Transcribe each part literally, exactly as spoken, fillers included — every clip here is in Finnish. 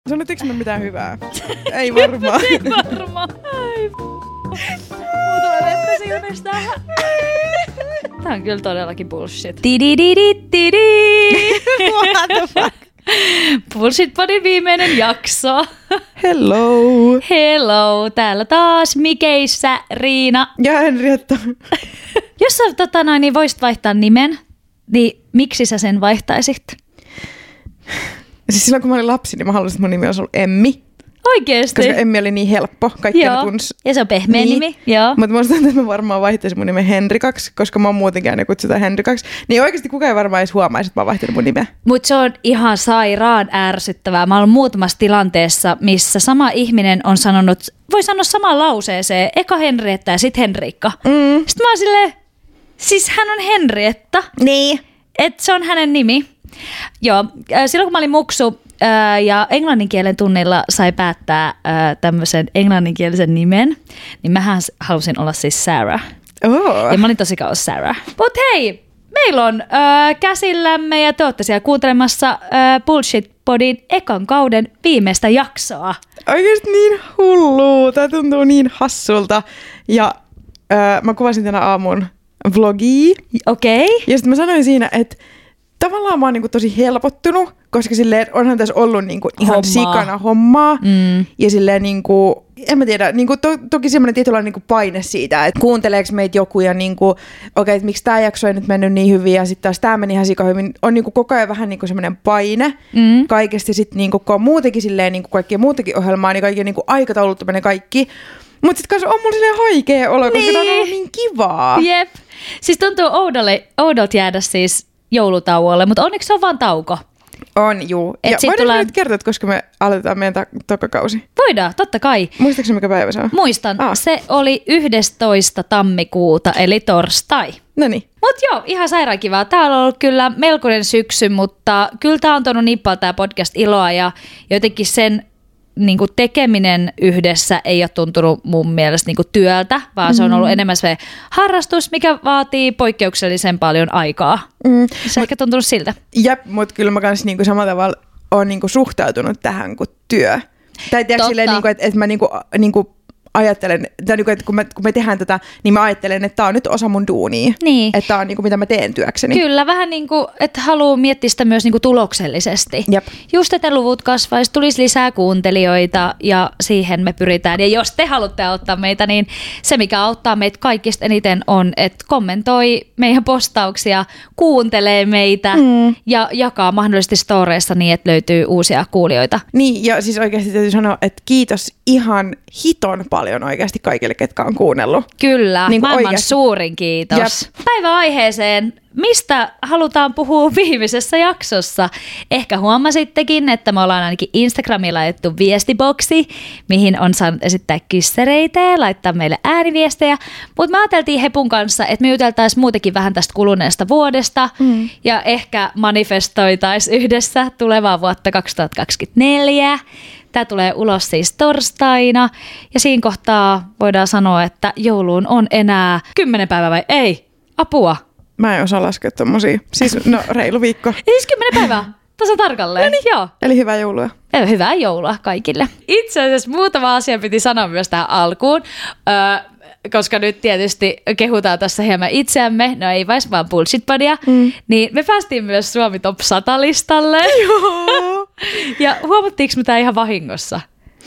Sanottiinko me mitään hyvää? Ei varmaan. Ei varmaan. Ai Muutama vettä silmistä. Tää on kyllä todellakin bullshit. Tidididididi. What the fuck? Bullshit Podin viimeinen jakso. Hello. Hello. Täällä taas mikeissä Riina. Ja Henrietta. Jos sä tota noin, niin voisit vaihtaa nimen, niin miksi sä sen vaihtaisit? Siis silloin kun mä olin lapsi, niin mä halusin, että mun nimi olisi ollut Emmi. Oikeesti? Koska Emmi oli niin helppo. Kaikki Joo. tunsi. Ja se on pehmeä niin. nimi. Joo. Mutta mä sanoin, että mä varmaan vaihtaisin mun nimen Henrikaksi, koska mä oon muutenkin aina kutsutaan Henrikaksi. Niin oikeasti kukaan ei varmaan edes huomaisi, että mä oon vaihtanut mun nimeä. Mutta se on ihan sairaan ärsyttävää. Mä olen muutamassa tilanteessa, missä sama ihminen on sanonut, voi sanoa samaan lauseeseen, eka Henrietta ja sit Henrikka. Mm. Sitten mä oon silleen, siis hän on Henrietta. Niin. Että se on hänen nimi. Joo, silloin kun mä olin muksu ää, ja englanninkielen tunnilla sai päättää ää, tämmöisen englanninkielisen nimen, niin mähän halusin olla siis Sarah. Oh. Ja mä olin tosi kauas Sarah. Mut hei, meillä on ää, käsillämme ja te ootte siellä kuuntelemassa ää, Bullshit Podin ekan kauden viimeistä jaksoa. Oikeasti niin hullua. Tää tuntuu niin hassulta. Ja äh, mä kuvasin tänä aamun vlogia. Okei. Okay. Ja sitten mä sanoin siinä, että tavallaan mä oon niinku tosi helpottunut, koska silleen onhan tässä ollut niinku ihan Hommaa. sikana hommaa. Mm. Ja silleen niinku, en mä tiedä, niinku to, toki semmoinen tietynlainen niinku paine siitä, että kuunteleeko meitä joku ja niinku, okei, okay, että miksi tää jakso ei nyt mennyt niin hyvin ja sitten taas tää meni ihan sika hyvin. On niinku koko ajan vähän niinku semmoinen paine Mm. kaikesta sitten niinku, kun on muutenkin silleen niinku kaikkia muutakin ohjelmaa, niin kaikki niinku aikatauluttaminen kaikki. Mutta sitten kanssa on mulla silleen haikea olo, koska Niin. tää on ollut niin kivaa. Jep. Siis tuntuu oudolle, oudolta jäädä siis joulutauolle, mutta onneksi se on vaan tauko. On, juu. Et Ja sit voidaan tullaan- nyt kertoa, että koska me aloitetaan meidän ta- tokakausi. Voidaan, totta kai. Muistaakseni mikä päivä se on? Muistan, Ah. se oli yhdestoista tammikuuta, eli torstai. Noniin. Mut joo, ihan sairaan kivaa. Tää on ollut kyllä melkoinen syksy, mutta kyllä tää on tuonut niin paljon tää podcast iloa ja jotenkin sen niin kuin tekeminen yhdessä ei ole tuntunut mun mielestä niin kuin työltä, vaan se on ollut enemmän se harrastus, mikä vaatii poikkeuksellisen paljon aikaa. Mm. Se on ehkä tuntunut siltä. Jep, mutta kyllä mä kans niinku samalla tavalla oon niinku suhtautunut tähän kuin työ. Tai tiedätkö Totta. silleen, niinku, että et mä niinku, niinku ajattelen, tai niinku, että kun me, kun me tehdään tätä, niin mä ajattelen, että tää on nyt osa mun duunia. Niin. Että tää on niinku, mitä mä teen työkseni. Kyllä, vähän niin kuin, että haluaa miettiä sitä myös niin kuin tuloksellisesti. Jep. Just, että luvut kasvaisi, tulisi lisää kuuntelijoita ja siihen me pyritään. Ja jos te haluatte auttaa meitä, niin se mikä auttaa meitä kaikista eniten on, että kommentoi meidän postauksia, kuuntelee meitä mm. ja jakaa mahdollisesti storeissa niin, että löytyy uusia kuulijoita. Niin, ja siis oikeasti täytyy sanoa, että kiitos ihan hiton paljon oikeasti kaikille, ketkä on kuunnellut. Kyllä, Niin kuin maailman oikeasti. suurin kiitos. Jep. Päiväaiheeseen. Mistä halutaan puhua viimeisessä jaksossa? Ehkä huomasittekin, että me ollaan ainakin Instagramilla laitettu viestiboksi, mihin on saanut esittää kyssäreitä ja laittaa meille ääniviestejä. Mutta me ajateltiin Hepun kanssa, että me juteltaisiin muutenkin vähän tästä kuluneesta vuodesta mm. ja ehkä manifestoitaisiin yhdessä tulevaa vuotta kaksituhattakaksikymmentäneljä. Tämä tulee ulos siis torstaina ja siinä kohtaa voidaan sanoa, että jouluun on enää kymmenen päivää vai ei? Apua. Mä en osaa laskea tommosia. Siis no reilu viikko. Siis kymmenen päivää. Tasan tarkalleen. No niin. Joo. Eli hyvää joulua. Hyvää joulua kaikille. Itse asiassa muutama asia piti sanoa myös tähän alkuun, öö, koska nyt tietysti kehutaan tässä hieman itseämme, no ei vais vaan bullshitpodia, mm. niin me päästiin myös Suomi Top sata-listalle. Joo. Ja huomattiinko me tää ihan vahingossa?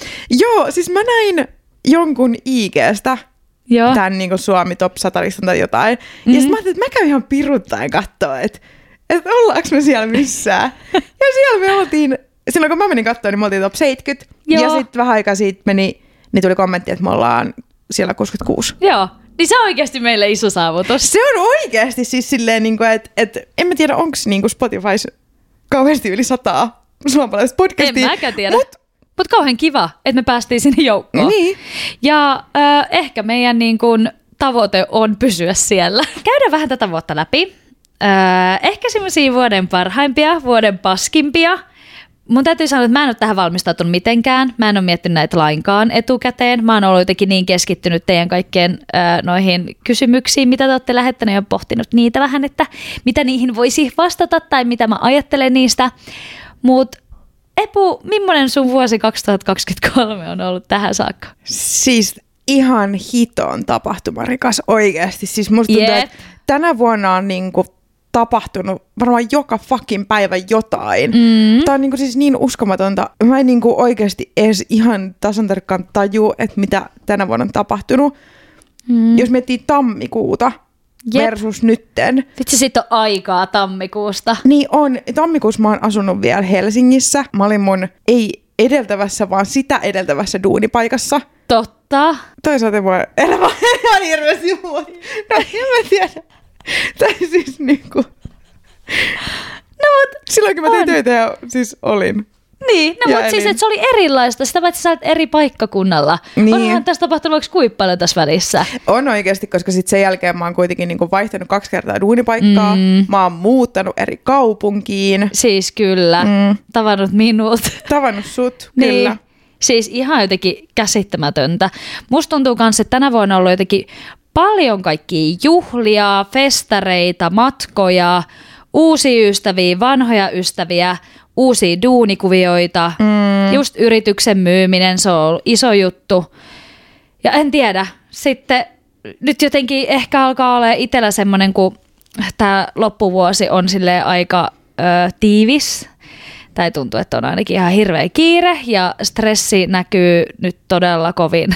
Joo, siis mä näin jonkun I G:stä Joo. tämän niin Suomi Top sata-listan tai jotain. Mm-hmm. Ja sitten mä ajattelin, että mä käyn ihan piruttaen katsoa, että, että ollaanko me siellä missään. Ja siellä me oltiin, silloin kun mä menin katsoa, niin me oltiin Top seitsemänkymmentä. Joo. Ja sitten vähän aikaa siitä meni, niin tuli kommentti, että me ollaan siellä kuusikymmentäkuusi. Joo. Niin se on oikeasti meille iso saavutus. Se on oikeasti siis silleen, niin kuin, että, että en mä tiedä, onko niin Spotifys kauheasti yli sataa suomalaista podcastia. En mäkään tiedä. Mut, Mutta kauhean kiva, että me päästiin sinne joukkoon. Niin. Ja äh, ehkä meidän niin kun, tavoite on pysyä siellä. Käydään vähän tätä vuotta läpi. Äh, ehkä semmoisia vuoden parhaimpia, vuoden paskimpia. Mun täytyy sanoa, että mä en ole tähän valmistautunut mitenkään. Mä en ole miettinyt näitä lainkaan etukäteen. Mä oon ollut jotenkin niin keskittynyt teidän kaikkien äh, noihin kysymyksiin, mitä te olette lähettäneet ja pohtinut niitä vähän, että mitä niihin voisi vastata tai mitä mä ajattelen niistä. Mut Epu, millainen sun vuosi kaksituhattakaksikymmentäkolme on ollut tähän saakka? Siis ihan hiton tapahtumarikas oikeasti. Siis musta tuntuu, Jep. että tänä vuonna on niinku tapahtunut varmaan joka fucking päivä jotain. Mm. Tää on niinku siis niin uskomatonta. Mä en niinku oikeasti edes ihan tasan tarkkaan taju, että mitä tänä vuonna on tapahtunut. Mm. Jos miettii tammikuuta Jep. versus nytten. Vitsi, sit on aikaa tammikuusta. Niin on. Tammikuussa mä oon asunut vielä Helsingissä. Mä olin mun ei edeltävässä, vaan sitä edeltävässä duunipaikassa. Totta. Toisaalta voi elämä ihan hirveästi muuta. No en mä tiedä. Tai siis niinku. No mut silloin kun mä tein on. töitä ja siis olin. Niin, no mutta siis elin. että se oli erilaista. Sitä paitsi sä olet eri paikkakunnalla. Niin. Onhan tässä tapahtunut vaikka kuinka paljon tässä välissä. On oikeasti, koska sitten sen jälkeen mä oon kuitenkin niinku vaihtanut kaksi kertaa duunipaikkaa. Mm. Mä oon muuttanut eri kaupunkiin. Siis kyllä. Mm. Tavannut minut. Tavannut sut, niin. kyllä. Siis ihan jotenkin käsittämätöntä. Musta tuntuu myös, että tänä vuonna on ollut jotenkin paljon kaikkia juhlia, festareita, matkoja, uusia ystäviä, vanhoja ystäviä, uusia duunikuvioita, mm. just yrityksen myyminen, se on ollut iso juttu. Ja en tiedä, sitten nyt jotenkin ehkä alkaa olla itsellä semmoinen, kun tämä loppuvuosi on silleen aika ö, tiivis. Tai tuntuu, että on ainakin ihan hirveä kiire ja stressi näkyy nyt todella kovin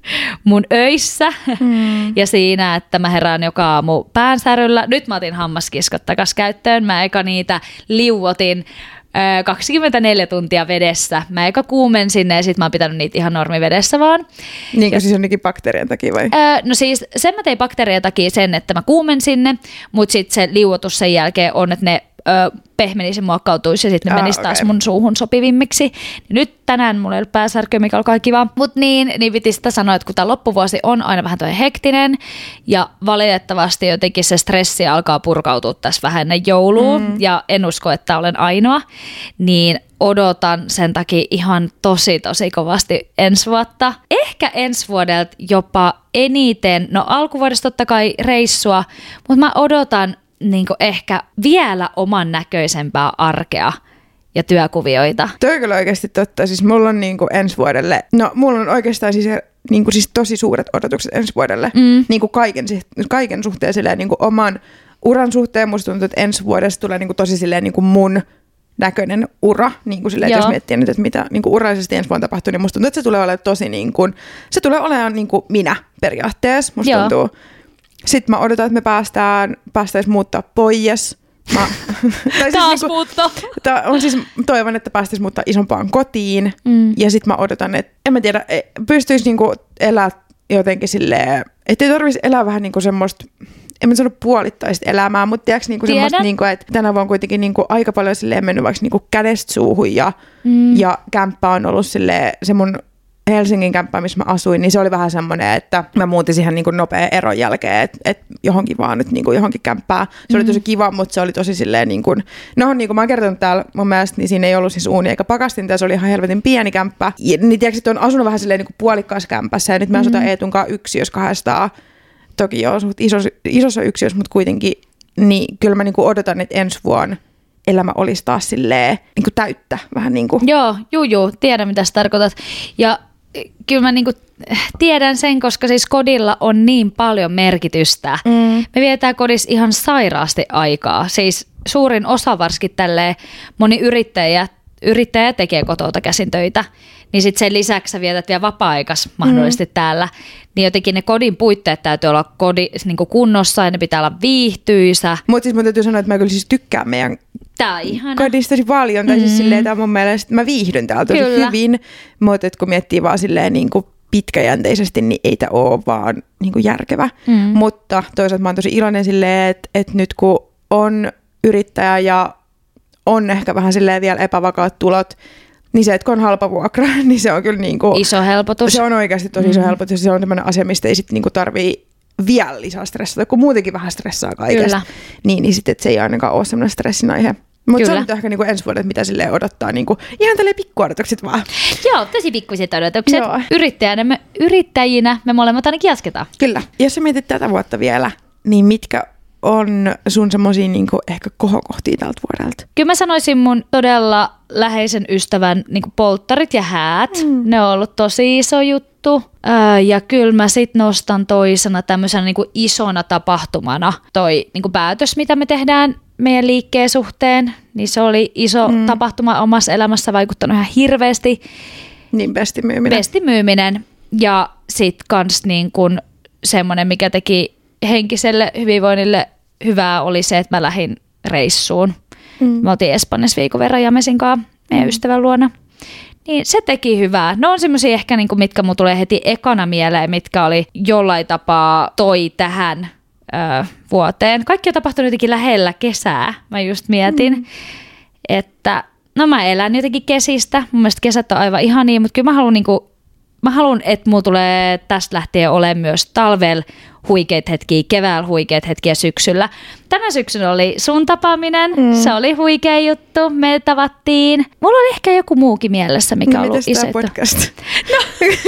mun öissä mm. ja siinä, että mä herään joka aamu päänsäryllä. Nyt mä otin hammaskiskot takas käyttöön. Mä eka niitä liuotin ö, kaksikymmentäneljä tuntia vedessä. Mä eka kuumensin ne ja sit mä oon pitänyt niitä ihan normivedessä vaan. Niin kuin siis jonnekin bakteerien takia vai? Öö, no siis sen mä tein bakteerien takia sen, että mä kuumensin ne, mutta sitten se liuotus sen jälkeen on, että ne ö, pehmenisi, muokkautuisi ja sitten ne ah, menisi taas okay. mun suuhun sopivimmiksi. Nyt tänään mulla ei ollut pääsärkyä, mikä oli kiva. Mutta niin, niin piti sitä sanoa, että kun tämä loppuvuosi on aina vähän toi hektinen ja valitettavasti jotenkin se stressi alkaa purkautua tässä vähän ennen jouluun mm. ja en usko, että olen ainoa, niin odotan sen takia ihan tosi tosi kovasti ensi vuotta. Ehkä ensi vuodelta jopa eniten, no alkuvuodesta totta kai reissua, mutta mä odotan niin kuin ehkä vielä oman näköisempää arkea ja työkuvioita. Toi on kyllä oikeasti totta. Siis mulla on niinku ensi vuodelle, no mulla on oikeastaan siis, niinku siis tosi suuret odotukset ensi vuodelle. Mm. Niinku kaiken, kaiken suhteen silleen niinku oman uran suhteen. Musta tuntuu, että ensi vuodesta tulee niinku tosi silleen niinku mun näköinen ura. Niinku silleen, että jos miettii nyt, että mitä niinku urallisesti ensi vuonna tapahtuu, niin musta tuntuu, että se tulee olemaan tosi niinku, se tulee olemaan niinku minä periaatteessa. Musta Joo. tuntuu. Sitten mä odotan, että me päästään, päästäisiin muuttaa pois. Mä, tai Taas siis niinku, muutto. on siis, toivon, että päästäisiin muuttaa isompaan kotiin. Mm. Ja sitten mä odotan, että en mä tiedä, pystyisi niinku elää jotenkin silleen, että ei tarvitsisi elää vähän niinku semmoista, en mä sano puolittaista elämää, mutta tiedätkö niinku semmoista, niinku, että tänä vuonna kuitenkin niinku aika paljon silleen mennyt vaikka niinku kädestä suuhun ja, mm. ja kämppä on ollut silleen, se mun Helsingin kämppä, missä mä asuin, niin se oli vähän semmoinen, että mä muutin siihen niin kuin nopea eron jälkeen, että et johonkin vaan nyt niin kuin johonkin kämppää. Se mm-hmm. oli tosi kiva, mutta se oli tosi silleen niin kuin, no niin kuin mä oon kertonut täällä mun mielestä, niin siinä ei ollut siis uuni eikä pakastinta, se oli ihan helvetin pieni kämppä. Ja, niin tiedätkö, että on asunut vähän silleen niin kuin puolikkaassa kämpässä ja nyt mä asutaan mm-hmm. Eetunkaan yksiössä kahdestaan. Toki joo, isossa, isossa yksiössä, mutta kuitenkin, niin kyllä mä niin kuin odotan, että ensi vuonna elämä olisi taas silleen niin kuin täyttä. Vähän niin kuin. Joo, juu, juu, tiedän mitä sä tarkoitat. Ja kyllä mä niinku tiedän sen, koska siis kodilla on niin paljon merkitystä. Mm. Me vietään kodissa ihan sairaasti aikaa. Siis suurin osa varsinkin tälleen moni yrittäjä, yrittäjä tekee kotota käsin töitä. Niin sitten sen lisäksi sä vietät vielä vapaa-aikas mahdollisesti mm. täällä. Niin jotenkin ne kodin puitteet täytyy olla kodi, niinku kunnossa ja ne pitää olla viihtyisä. Mutta siis mun täytyy sanoa, että mä kyllä siis tykkään meidän Tää on ihana. kodista tosi paljon. Tai mm. siis silleen, tää mun mielestä mä viihdyn täällä tosi kyllä. hyvin. Mutta kun miettii vaan silleen niin kuin pitkäjänteisesti, niin ei tää ole vaan niin kuin järkevä. Mm. Mutta toisaalta mä oon tosi iloinen silleen, että, että nyt kun on yrittäjä ja on ehkä vähän silleen vielä epävakaat tulot, niin se, että kun on halpa vuokra, niin se on kyllä niin kuin, iso helpotus. Se on oikeasti tosi iso mm. helpotus. Se on tämmöinen asia, mistä ei sitten niin tarvii vielä lisää stressata, kun muutenkin vähän stressaa kaikesta. Niin, niin sitten, että se ei ainakaan ole semmoinen stressin aihe. Mutta se on nyt ehkä niinku ensi vuodet, mitä silleen odottaa. Niinku, ihan tälleen pikkuodotukset vaan. Joo, tosi pikkuiset odotukset. Yrittäjänä me, yrittäjinä me molemmat ainakin jatketaan. Kyllä. Jos sä mietit tätä vuotta vielä, niin mitkä on sun semmosia niinku ehkä kohokohtia tältä vuodelta? Kyllä mä sanoisin mun todella läheisen ystävän niinku polttarit ja häät. Mm. Ne on ollut tosi iso juttu. Ää, ja kyllä mä sit nostan toisena tämmöisenä niinku isona tapahtumana toi niinku päätös, mitä me tehdään meidän liikkeen suhteen. Niin se oli iso mm. tapahtuma omassa elämässä, vaikuttanut ihan hirveästi. Niin, bestin myyminen. Bestin myyminen. Ja sit kans niin kun semmonen, mikä teki henkiselle hyvinvoinnille hyvää, oli se, että mä lähdin reissuun. Mm. Me oltiin Espanjassa viikon verran Jamesin kanssa meidän mm. ystävän luona. Niin se teki hyvää. Ne on semmosia ehkä, niin kuin, mitkä mun tulee heti ekana mieleen, mitkä oli jollain tapaa toi tähän ö, vuoteen. Kaikki on tapahtunut jotenkin lähellä kesää. Mä just mietin, mm. että no mä elän jotenkin kesistä. Mun mielestä kesät on aivan ihania, mutta kyllä mä haluan niinku Mä haluan, että mulla tulee tästä lähtien olemaan myös talvella huikeat hetkiä, keväällä huikeat hetkiä syksyllä. Tänä syksynä oli sun tapaaminen, mm. se oli huikea juttu, me tavattiin. Mulla oli ehkä joku muukin mielessä, mikä no, on ollut iso. No podcast? No.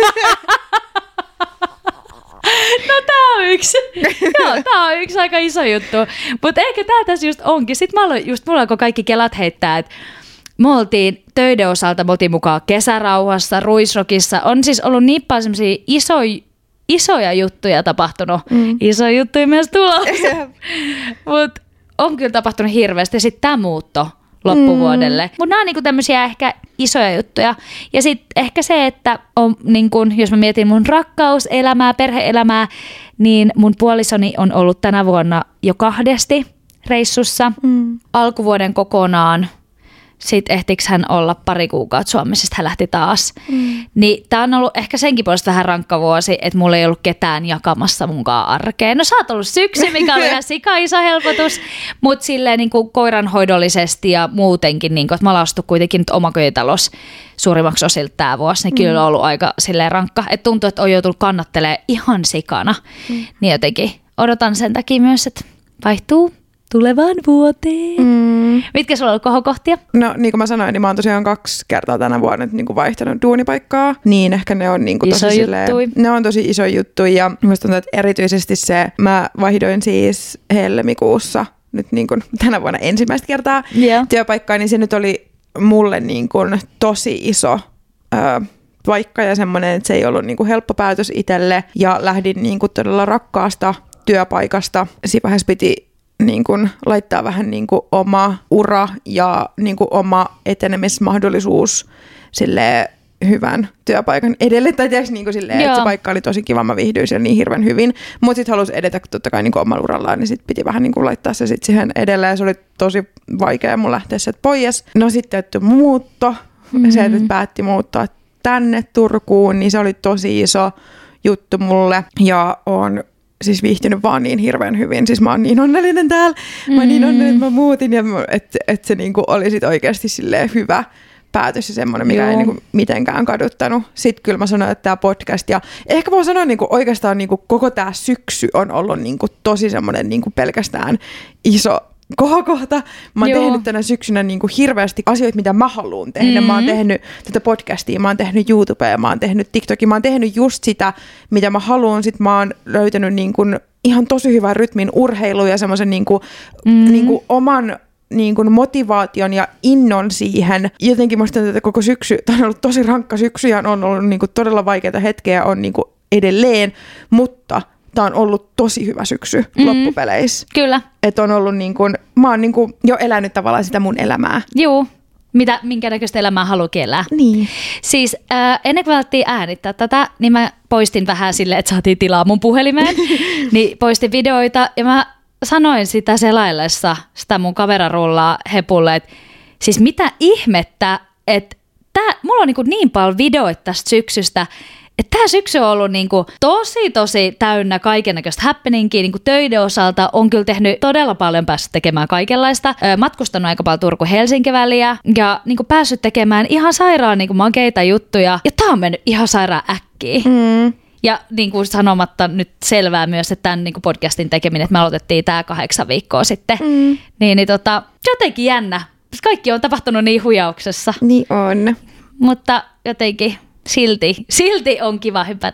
No tää on yksi. Joo, tää on yksi aika iso juttu. Mutta ehkä tää tässä just onkin. Sitten mä aloin, just mulla alkoi kaikki kelat heittää, että me oltiin töiden osalta, me oltiin mukaan Kesärauhassa, Ruisrockissa. On siis ollut niin paljon semmosia isoja, isoja juttuja tapahtunut. Mm. Isoja juttuja myös tulossa. Mutta on kyllä tapahtunut hirveästi. Ja sitten tämä muutto loppuvuodelle. Mm. Mutta nämä on niinku tämmöisiä ehkä isoja juttuja. Ja sitten ehkä se, että on, niinku, jos mä mietin mun rakkauselämää, perhe-elämää, niin mun puolisoni on ollut tänä vuonna jo kahdesti reissussa. Mm. Alkuvuoden kokonaan. Sitten ehtiikö hän olla pari kuukautta Suomessa, sitten hän lähti taas. Mm. Niin tää on ollut ehkä senkin puolesta vähän rankka vuosi, että mulla ei ollut ketään jakamassa munkaan arkeen. No sä oot ollut syksy, mikä oli ihan sika iso helpotus, mutta silleen niin kuin koiranhoidollisesti ja muutenkin, niin kuin, että mä ollaan astu kuitenkin nyt omakotitalous suurimmaksi osilta tää vuosi, niin kyllä on ollut aika silleen rankka. Että tuntuu, että on joutunut kannattelemaan ihan sikana. Mm. Niin jotenkin odotan sen takia myös, että vaihtuu tulevaan vuoteen. Mm. Mitkä sulla on ollut kohokohtia? No niin kuin mä sanoin, niin mä oon tosiaan kaksi kertaa tänä vuonna niin kuin vaihtanut duunipaikkaa. Niin ehkä ne on niin kuin tosi silleen, ne on tosi iso juttu ja musta tuntuu, että erityisesti se, mä vaihdoin siis helmikuussa nyt niin kuin tänä vuonna ensimmäistä kertaa yeah. työpaikkaa, niin se nyt oli mulle niin kuin tosi iso ö, paikka ja semmoinen, että se ei ollut niin kuin helppo päätös itselle ja lähdin niin kuin todella rakkaasta työpaikasta. Siinä vaiheessa piti niin kuin laittaa vähän niin kuin oma ura ja niin kuin oma etenemismahdollisuus silleen hyvän työpaikan edelle. Tai tiedätkö, niin kuin silleen, että se paikka oli tosi kiva, mä viihdyin siellä niin hirveän hyvin. Mutta sitten halusi edetä totta kai niin kuin omalla urallaan, niin sitten piti vähän niin kuin laittaa se sitten siihen edelle. Ja se oli tosi vaikea mun lähteä sieltä pois. No sitten että muutto. Mm-hmm. Se, että päätti muuttaa tänne Turkuun, niin se oli tosi iso juttu mulle. Ja on siis viihtynyt vaan niin hirveän hyvin. Siis mä oon niin onnellinen täällä. Mä oon mm. niin onnellinen, että mä muutin. Ja että et se niinku oli sit oikeasti silleen hyvä päätös ja semmoinen, mikä Joo. ei niinku mitenkään kaduttanut. Sitten kyllä mä sanoin, että tää podcast ja ehkä mä sanoin niinku oikeastaan niinku koko tää syksy on ollut niinku tosi semmoinen niinku pelkästään iso kohokohta. Mä oon Joo. tehnyt tänä syksynä niinku hirveästi asioita, mitä mä haluan tehdä. Mm-hmm. Mä oon tehnyt tätä podcastia, mä oon tehnyt YouTubea, mä oon tehnyt TikTokia, mä oon tehnyt just sitä, mitä mä haluan. Sitten mä oon löytänyt niinku ihan tosi hyvän rytmin urheiluun ja semmoisen niinku, mm-hmm. niinku oman niinku motivaation ja innon siihen. Jotenkin musta tuntuu, että koko syksy, tää on ollut tosi rankka syksy ja on ollut niinku todella vaikeita hetkeä on niinku edelleen, mutta tämä on ollut tosi hyvä syksy mm-hmm. loppupeleissä. Kyllä. Että on ollut niin kuin, mä oon niin kuin jo elänyt tavallaan sitä mun elämää. Juu. Mitä, minkä näköistä elämää haluukin elää. Niin. Siis äh, ennen kuin välttiin äänittää tätä, niin mä poistin vähän silleen, että saatiin tilaa mun puhelimeen. Niin poistin videoita ja mä sanoin sitä selaillessa sitä mun kamerarullaa Hepulle, että siis mitä ihmettä, että tää, mulla on niin, niin paljon videoita tästä syksystä, että tämä syksy on ollut niinku tosi, tosi täynnä kaikennäköistä happeningia niinku töiden osalta. On kyllä tehnyt todella paljon, päässyt tekemään kaikenlaista. Matkustanut aika paljon Turku-Helsinki-väliä ja niinku päässyt tekemään ihan sairaan niinku makeita juttuja. Ja tämä on mennyt ihan sairaan äkkiä. Mm. Ja niin kuin sanomatta nyt selvää myös, että tämän niin kuin podcastin tekeminen, että me aloitettiin tämä kahdeksan viikkoa sitten. Mm. Niin, niin tota, jotenkin jännä. Kaikki on tapahtunut niin huijauksessa. Niin on. Mutta jotenkin silti, silti on kiva hypätä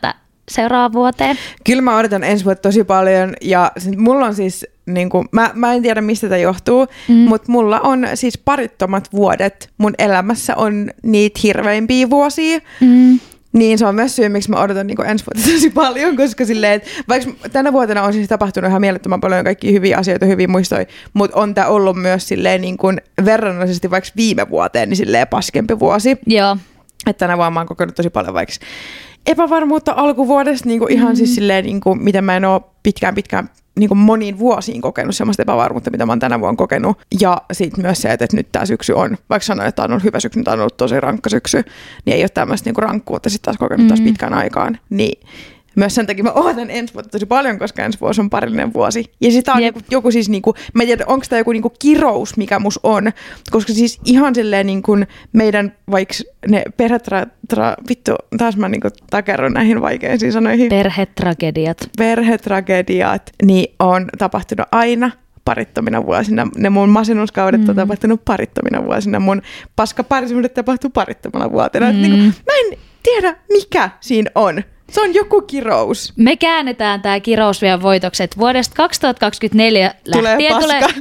seuraavaan vuoteen? Kyllä mä odotan ensi vuotta tosi paljon ja sit mulla on siis, niin kuin, mä, mä en tiedä mistä tämä johtuu, mm. mutta mulla on siis parittomat vuodet. Mun elämässä on niitä hirveimpiä vuosia. Mm. Niin se on myös syy, miksi mä odotan niin ensi vuotta tosi paljon, koska silleen, että vaikka tänä vuotena on siis tapahtunut ihan mielettömän paljon kaikkia hyviä asioita, hyviä muistoja, mutta on tää ollut myös silleen niin kuin verrannollisesti vaikka viime vuoteen, niin silleen paskempi vuosi. Joo. Että tänä vuonna mä oon kokenut tosi paljon vaikka epävarmuutta alkuvuodesta, niin kuin ihan mm-hmm. siis silleen, niin kuin, mitä mä en oo pitkään pitkään niin kuin moniin vuosiin kokenut semmoista epävarmuutta, mitä mä oon tänä vuonna kokenut. Ja sitten myös se, että, että nyt tää syksy on, vaikka sanoin, että tää on ollut hyvä syksy, niin tää on ollut tosi rankka syksy, niin ei ole tämmöistä niin kuin rankkuutta sitten taas kokenut mm-hmm. taas pitkään aikaan. Niin myös sen takia mä ootan ensi vuotta tosi paljon, koska ensi vuosi on parillinen vuosi. Ja sitä on joku, joku siis, niinku, mä en tiedä, onko tämä joku niinku kirous, mikä mus on. Koska siis ihan silleen niinku meidän vaikka ne perhetra... Tra, vittu, taas mä niinku takerron näihin vaikeisiin sanoihin. Perhetragediat. Perhetragediat, niin on tapahtunut aina parittomina vuosina. Ne mun masennuskaudet mm. on tapahtunut parittomina vuosina. Mun paska parisuhde tapahtuu parittomana vuotena. Mm. Niinku, mä en tiedä, mikä siinä on. Se on joku kirous. Me käännetään tää kirous vielä voitoksi, että vuodesta kaksituhattakaksikymmentäneljä lähtien tulee, tulee,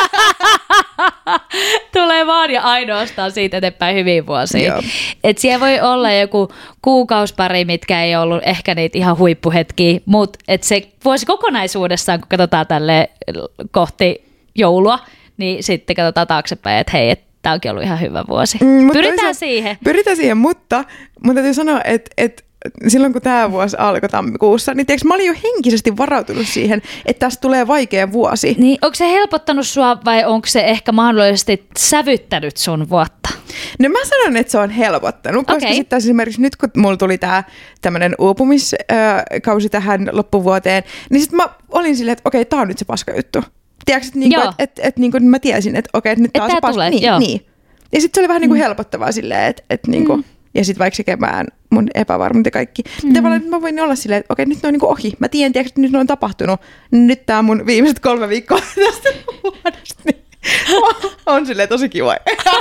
tulee vaan ja ainoastaan siitä eteenpäin hyviä vuosia. Että siellä voi olla joku kuukausipari, mitkä ei ollut ehkä niitä ihan huippuhetkiä, mutta et se vuosi kokonaisuudessaan, kun katsotaan tälle kohti joulua, niin sitten katsotaan taaksepäin, että hei, että tämä onkin ollut ihan hyvä vuosi. Mm, pyritään se, siihen. Pyritään siihen, mutta mun täytyy sanoa, että, että silloin kun tämä vuosi alkoi tammikuussa, niin tiiäks, mä olin jo henkisesti varautunut siihen, että tästä tulee vaikea vuosi. Niin, onko se helpottanut sua vai onko se ehkä mahdollisesti sävyttänyt sun vuotta? No mä sanon, että se on helpottanut, koska okay. sitten esimerkiksi nyt kun mulla tuli tää tämmönen uupumiskausi tähän loppuvuoteen, niin sitten mä olin silleen, että okei, tää on nyt se paska juttu. Tiedätkö, että niinku, et, et, et, niinku, mä tiesin, että okei, että nyt tää on se paska. Niin, niin. Ja sitten se oli vähän niinku helpottavaa silleen, että et, niinku, mm. ja sitten vaikka se kevään mun epävarmuudet ja kaikki. Mm-hmm. Tavallaan mä voin olla silleen, että okei, nyt ne on niinku ohi. Mä tiedän, tiedätkö, että nyt ne on tapahtunut. Nyt tää mun viimeiset kolme viikkoa tästä vuodesta. Niin on silleen tosi kiva.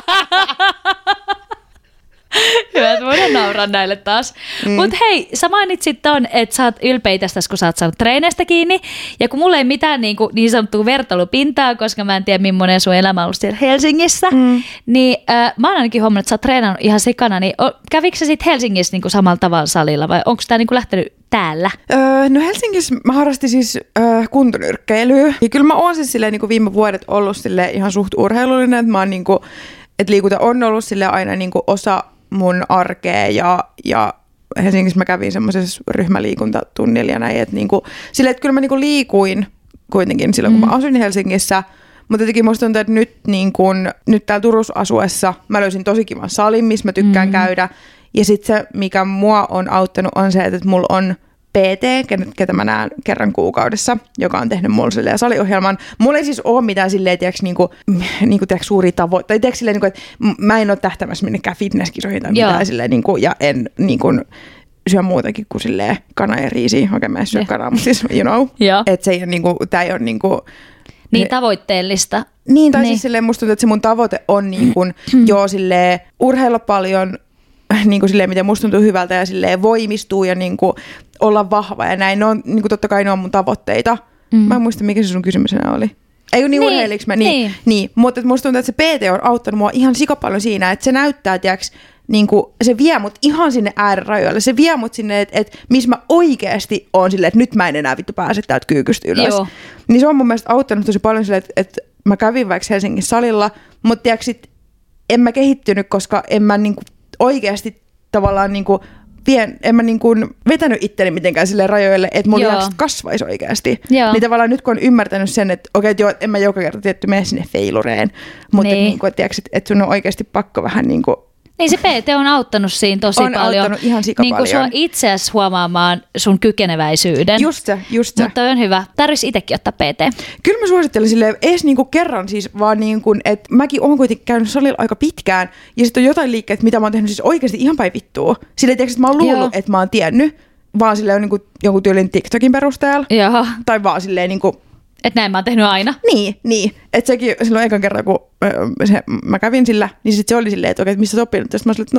Hyvä, että voidaan nauraa näille taas. Mm. Mutta hei, sä mainitsit ton, että sä oot ylpeä tästä, kun sä oot saanut treeneistä kiinni. Ja kun mulla ei mitään niin, kuin, niin sanottua vertailupintaa, koska mä en tiedä, millainen sun elämä on ollut siellä Helsingissä, mm. niin äh, mä oon ainakin huomannut, että sä oot treenannut ihan sikana. Niin kävikö sä sit Helsingissä niin kuin samalla tavalla salilla vai onko tää niin kuin lähtenyt täällä? Öö, no Helsingissä mä harrastin siis öö, kuntonyrkkeilyä. Ja kyllä mä oon siis silleen, niin kuin viime vuodet ollut silleen, ihan suht urheilullinen, että mä oon niin kuin, että liikunta on ollut silleen aina niin kuin osa mun arkea ja, ja Helsingissä mä kävin semmoisessa ryhmäliikuntatunnilla ja näin, että niinku, silleen, että kyllä mä niinku liikuin kuitenkin silloin, kun mm. mä asuin Helsingissä, mutta jotenkin musta tuntuu, että nyt, niin kun, nyt täällä Turussa asuessa mä löysin tosi kivan salin, missä mä tykkään mm. käydä, ja sitten se, mikä mua on auttanut, on se, että mulla on P T, ketä mä näen kerran kuukaudessa, joka on tehnyt mulle silleen saliohjelman. Mulla ei siis ole mitään silleen, tiiäks, niinku, niinku, tiiäks, suuria tavoitteita. Tai tiiäks, silleen, niinku, että mä en ole tähtämässä minnekään fitnesskisoihin tai mitään silleen, niinku, ja en niinku, syö muutenkin kuin silleen kana ja riisiä. Okei, okay, mä en syö kanaa, mutta siis, you know. Että se ei ole, niinku, tää ei ole niinku... Niin tavoitteellista. Niin, tai niin. Siis silleen musta tuntuu, että se mun tavoite on niinku, joo silleen urheilla paljon, niin kuin silleen, miten musta tuntuu hyvältä ja silleen voimistuu ja niin kuin olla vahva ja näin. Ne on, niin kuin totta kai ne on mun tavoitteita. Mm. Mä en muista, mikä se sun kysymyksenä oli. Ei niin, niin urheiliks mä? Niin. niin. niin. Mutta musta tuntuu, että se P T on auttanut mua ihan sikapaljon siinä, että se näyttää, tiiäks, niin kuin, se vie mut ihan sinne äärirajoille. Se vie mut sinne, että et, missä mä oikeasti oon silleen, että nyt mä en enää vittu pääse täältä kyykystä ylös. Joo. Niin se on mun mielestä auttanut tosi paljon silleen, että et mä kävin vaikka Helsingin salilla, mutta tiiäks, sit, en mä kehittynyt, koska en mä niinku oikeasti tavallaan niinku vien, en mä niinku vetänyt itteni mitenkään sille rajoille, että mun lihakset kasvaisi oikeasti. Joo. Niin tavallaan nyt kun on ymmärtänyt sen, että okei, okay, en mä joka kerta tietty mene sinne feilureen, mutta niin. Niinku, että et, et sun on oikeasti pakko vähän niinku... Niin se P T on auttanut siinä tosi on paljon. On auttanut ihan sikapaljon. Niin kuin se on itse asiassa huomaamaan sun kykeneväisyyden. Just se, just se. Mutta on hyvä. Tarvitsisi itsekin ottaa P T. Kyllä mä suosittelen silleen, edes niinku kerran siis, vaan niin kuin, että mäkin oon kuitenkin käynyt salilla aika pitkään. Ja sitten on jotain liikkeet, mitä mä oon tehnyt siis oikeasti ihan päin vittua. Silleen, tiiäks, että mä oon luullut, että mä oon tiennyt. Vaan silleen niin kuin jonkun tyylin TikTokin perusteella. Joo. Tai vaan silleen niin kuin... Että näin mä oon tehnyt aina. Niin, niin. Että sekin silloin ekan kerran, kun se, mä kävin sillä, niin sit se oli silleen, että okei, että missä sä oppinut? Ja sit mä olin, että no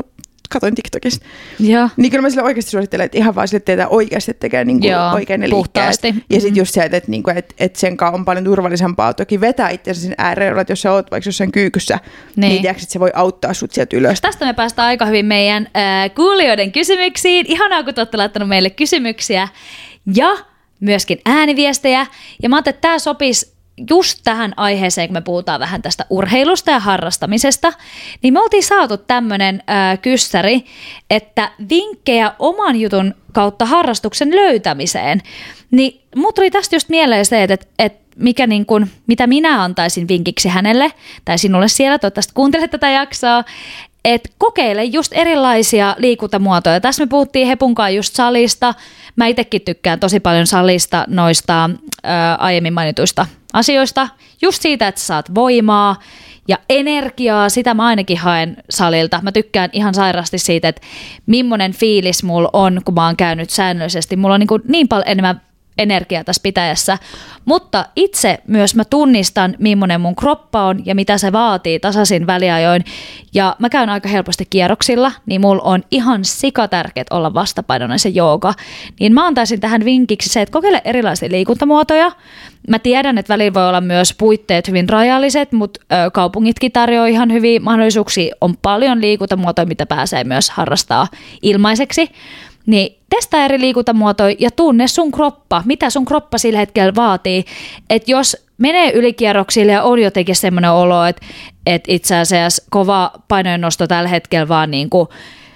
katoin TikTokista. Joo. Niin kyllä mä sille oikeasti suosittelen, että ihan vaan sille teitä oikeasti tekee niinku oikein ne liikkeet. Ja mm-hmm. sitten just se, että, että, että, että, että sen kanssa on paljon turvallisempaa toki vetää itseäsi sen ääreen, että jos sä oot vaikka jossain kyykyssä, niin, niin tiedätkö, että se voi auttaa sut sieltä ylös. Tästä me päästään aika hyvin meidän äh, kuulijoiden kysymyksiin. Ihanaa, kun te olette laittanut meille kysymyksiä ja myöskin ääniviestejä. Ja mä ajattelin, että tämä sopisi just tähän aiheeseen, kun me puhutaan vähän tästä urheilusta ja harrastamisesta, niin me oltiin saatu tämmöinen äh, kyssäri, että vinkkejä oman jutun kautta harrastuksen löytämiseen. Niin mut tuli tästä just mieleen se, että, että mikä niin kun, mitä minä antaisin vinkiksi hänelle, tai sinulle siellä, toivottavasti kuuntelet tätä jaksoa, että kokeile just erilaisia liikuntamuotoja. Tässä me puhuttiin Hepunkaan just salista. Mä itsekin tykkään tosi paljon salista noista ää, aiemmin mainituista asioista. Just siitä, että sä saat voimaa ja energiaa, sitä mä ainakin haen salilta. Mä tykkään ihan sairaasti siitä, että millainen fiilis mulla on, kun mä oon käynyt säännöllisesti. Mulla on niin, kuin niin paljon enemmän energiaa tässä pitäjässä, mutta itse myös mä tunnistan, millainen mun kroppa on ja mitä se vaatii tasaisin väliajoin. Ja mä käyn aika helposti kierroksilla, niin mulla on ihan sikatärkeät olla vastapainoinen se jooga. Niin mä antaisin tähän vinkiksi se, että kokeile erilaisia liikuntamuotoja. Mä tiedän, että välillä voi olla myös puitteet hyvin rajalliset, mutta ö, kaupungitkin tarjoaa ihan hyviä mahdollisuuksia. On paljon liikuntamuotoja, mitä pääsee myös harrastaa ilmaiseksi. Niin testaa eri liikuntamuotoja ja tunne sun kroppa, mitä sun kroppa sillä hetkellä vaatii. Että jos menee ylikierroksille ja on jotenkin semmoinen olo, että, että itse asiassa kova painojen nosto tällä hetkellä vaan niin kuin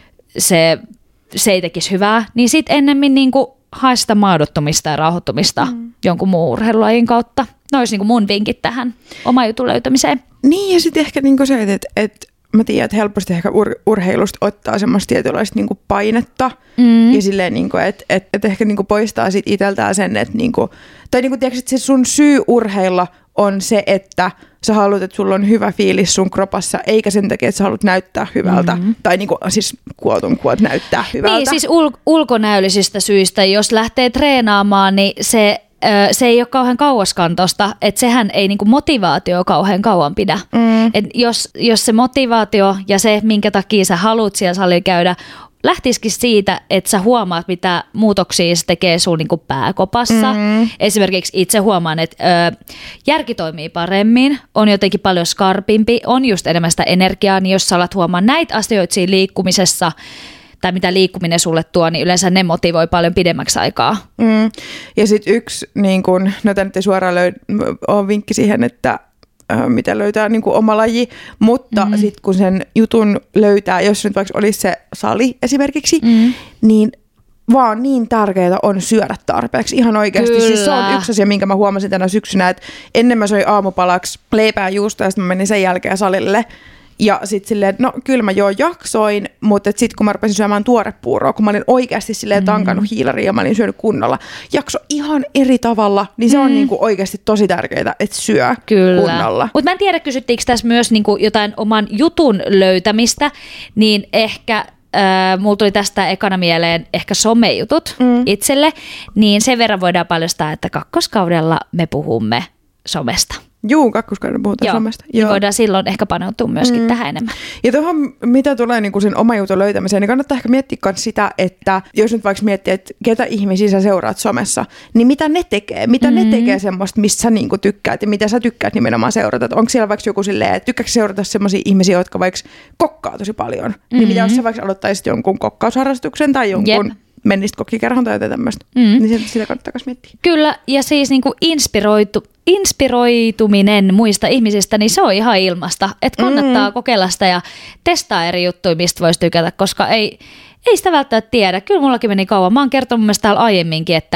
se, se ei tekisi hyvää, niin sitten ennemmin niin kuin hae sitä maadottumista ja rauhoittumista mm. jonkun muun urheilulajin kautta. Ne olisi niin kuin mun vinkit tähän oman jutun löytämiseen. Niin ja sitten ehkä niin kuin se, että, että mä tiedän, että helposti ehkä ur- urheilusta ottaa semmoista tietynlaista niinku painetta mm. ja silleen, niinku, että et, et ehkä niinku poistaa sit itseltään sen, että niinku, tai niinku, tiedätkö, että se sun syy urheilla on se, että sä haluat, että sulla on hyvä fiilis sun kropassa, eikä sen takia, että sä haluat näyttää hyvältä. Mm-hmm. Tai niinku, siis kuotun kuot näyttää hyvältä. Niin, siis ul- ulkonäöllisistä syistä, jos lähtee treenaamaan, niin se se ei ole kauhean kauaskantoista, että sehän ei niinku motivaatio kauhean kauan pidä. Mm. Et jos, jos se motivaatio ja se, minkä takia sä haluat siellä salilla käydä, lähtisikin siitä, että sä huomaat, mitä muutoksia se tekee sun niinku pääkopassa. Mm. Esimerkiksi itse huomaan, että ö, järki toimii paremmin, on jotenkin paljon skarpimpi, on just enemmän sitä energiaa, niin jos sä alat huomaan näitä asioita siinä liikkumisessa, tai mitä liikkuminen sulle tuo, niin yleensä ne motivoi paljon pidemmäksi aikaa. Mm. Ja sitten yksi, niin kun, no tämä nyt ei suoraan löy- ole vinkki siihen, että äh, mitä löytää niin kun oma laji, mutta mm. sitten kun sen jutun löytää, jos nyt vaikka olisi se sali esimerkiksi, mm. niin vaan niin tärkeää on syödä tarpeeksi. Ihan oikeasti. Siis se on yksi asia, minkä mä huomasin tänä syksynä, että ennen mä söin aamupalaksi leipää juustoa ja sitten mä menin sen jälkeen salille. Ja sitten silleen, että no kyllä mä jo jaksoin, mutta sitten kun mä rupesin syömään tuorepuuroa, kun mä olin oikeasti silleen tankannut hiilaria ja mä olin syönyt kunnolla, jakso ihan eri tavalla, niin se mm. on niinku oikeasti tosi tärkeää, että syö kyllä. kunnolla. Mutta mä en tiedä, kysyttiinkö tässä myös niinku jotain oman jutun löytämistä, niin ehkä äh, mulla tuli tästä ekana mieleen ehkä somejutut mm. itselle, niin sen verran voidaan paljastaa, että kakkoskaudella me puhumme somesta. Juu, kakkoskaudella puhutaan Joo. somesta. Joo, voidaan silloin ehkä paneutua myöskin mm. tähän enemmän. Ja tuohon, mitä tulee niin kuin sen oman jutun löytämiseen, niin kannattaa ehkä miettiä myös sitä, että jos nyt vaikka miettii, että ketä ihmisiä sä seuraat somessa, niin mitä ne tekee? Mitä mm. ne tekee semmoista, mistä sä niin kuin tykkäät ja mitä sä tykkäät nimenomaan seurata? Että onko siellä vaikka joku silleen, että tykkääkö seurata semmoisia ihmisiä, jotka vaikka kokkaa tosi paljon? Mm. Niin mitä jos sä vaikka aloittaisit jonkun kokkausharrastuksen tai jonkun... Jep. Mennisit kokkikerhon tai jotain tämmöistä, mm. niin sitä kannattaa myös miettiä. Kyllä, ja siis niinku inspiroitu, inspiroituminen muista ihmisistä, niin se on ihan ilmasta. Että kannattaa mm. kokeilla sitä ja testaa eri juttuja, mistä voisi tykätä, koska ei, ei sitä välttämättä tiedä. Kyllä mullakin meni kauan. Mä oon kertonut mun mielestä täällä aiemminkin, että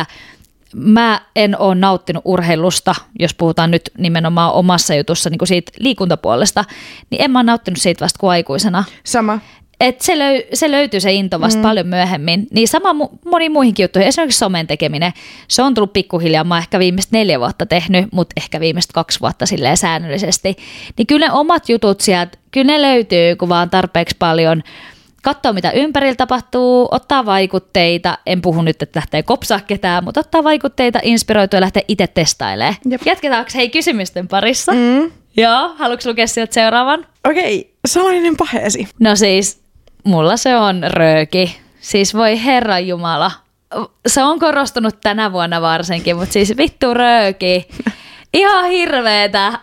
mä en ole nauttinut urheilusta, jos puhutaan nyt nimenomaan omassa jutussa niin kuin siitä liikuntapuolesta, niin en mä ole nauttinut siitä vasta kuin aikuisena. Sama. Et se, löy, se löytyy se into vasta mm. paljon myöhemmin. Niin sama mu- moni muihinkin juttuihin, esimerkiksi somen tekeminen, se on tullut pikkuhiljaa. Mä oon ehkä viimeistä neljä vuotta tehnyt, mutta ehkä viimeistä kaksi vuotta silleen säännöllisesti. Niin kyllä ne omat jutut sieltä, kyllä ne löytyy, kun vaan tarpeeksi paljon katsoo, mitä ympärillä tapahtuu, ottaa vaikutteita. En puhu nyt, että lähtee kopsaa ketään, mutta ottaa vaikutteita, inspiroitua ja lähtee itse testailemaan. Jep. Jatketaanko hei kysymysten parissa? Mm. Joo, haluatko lukea sieltä seuraavan? Okei, salainen paheesi. No siis, mulla se on rööki. Siis voi herran jumala. Se on korostunut tänä vuonna varsinkin, mutta siis vittu rööki. Ihan hirveetä.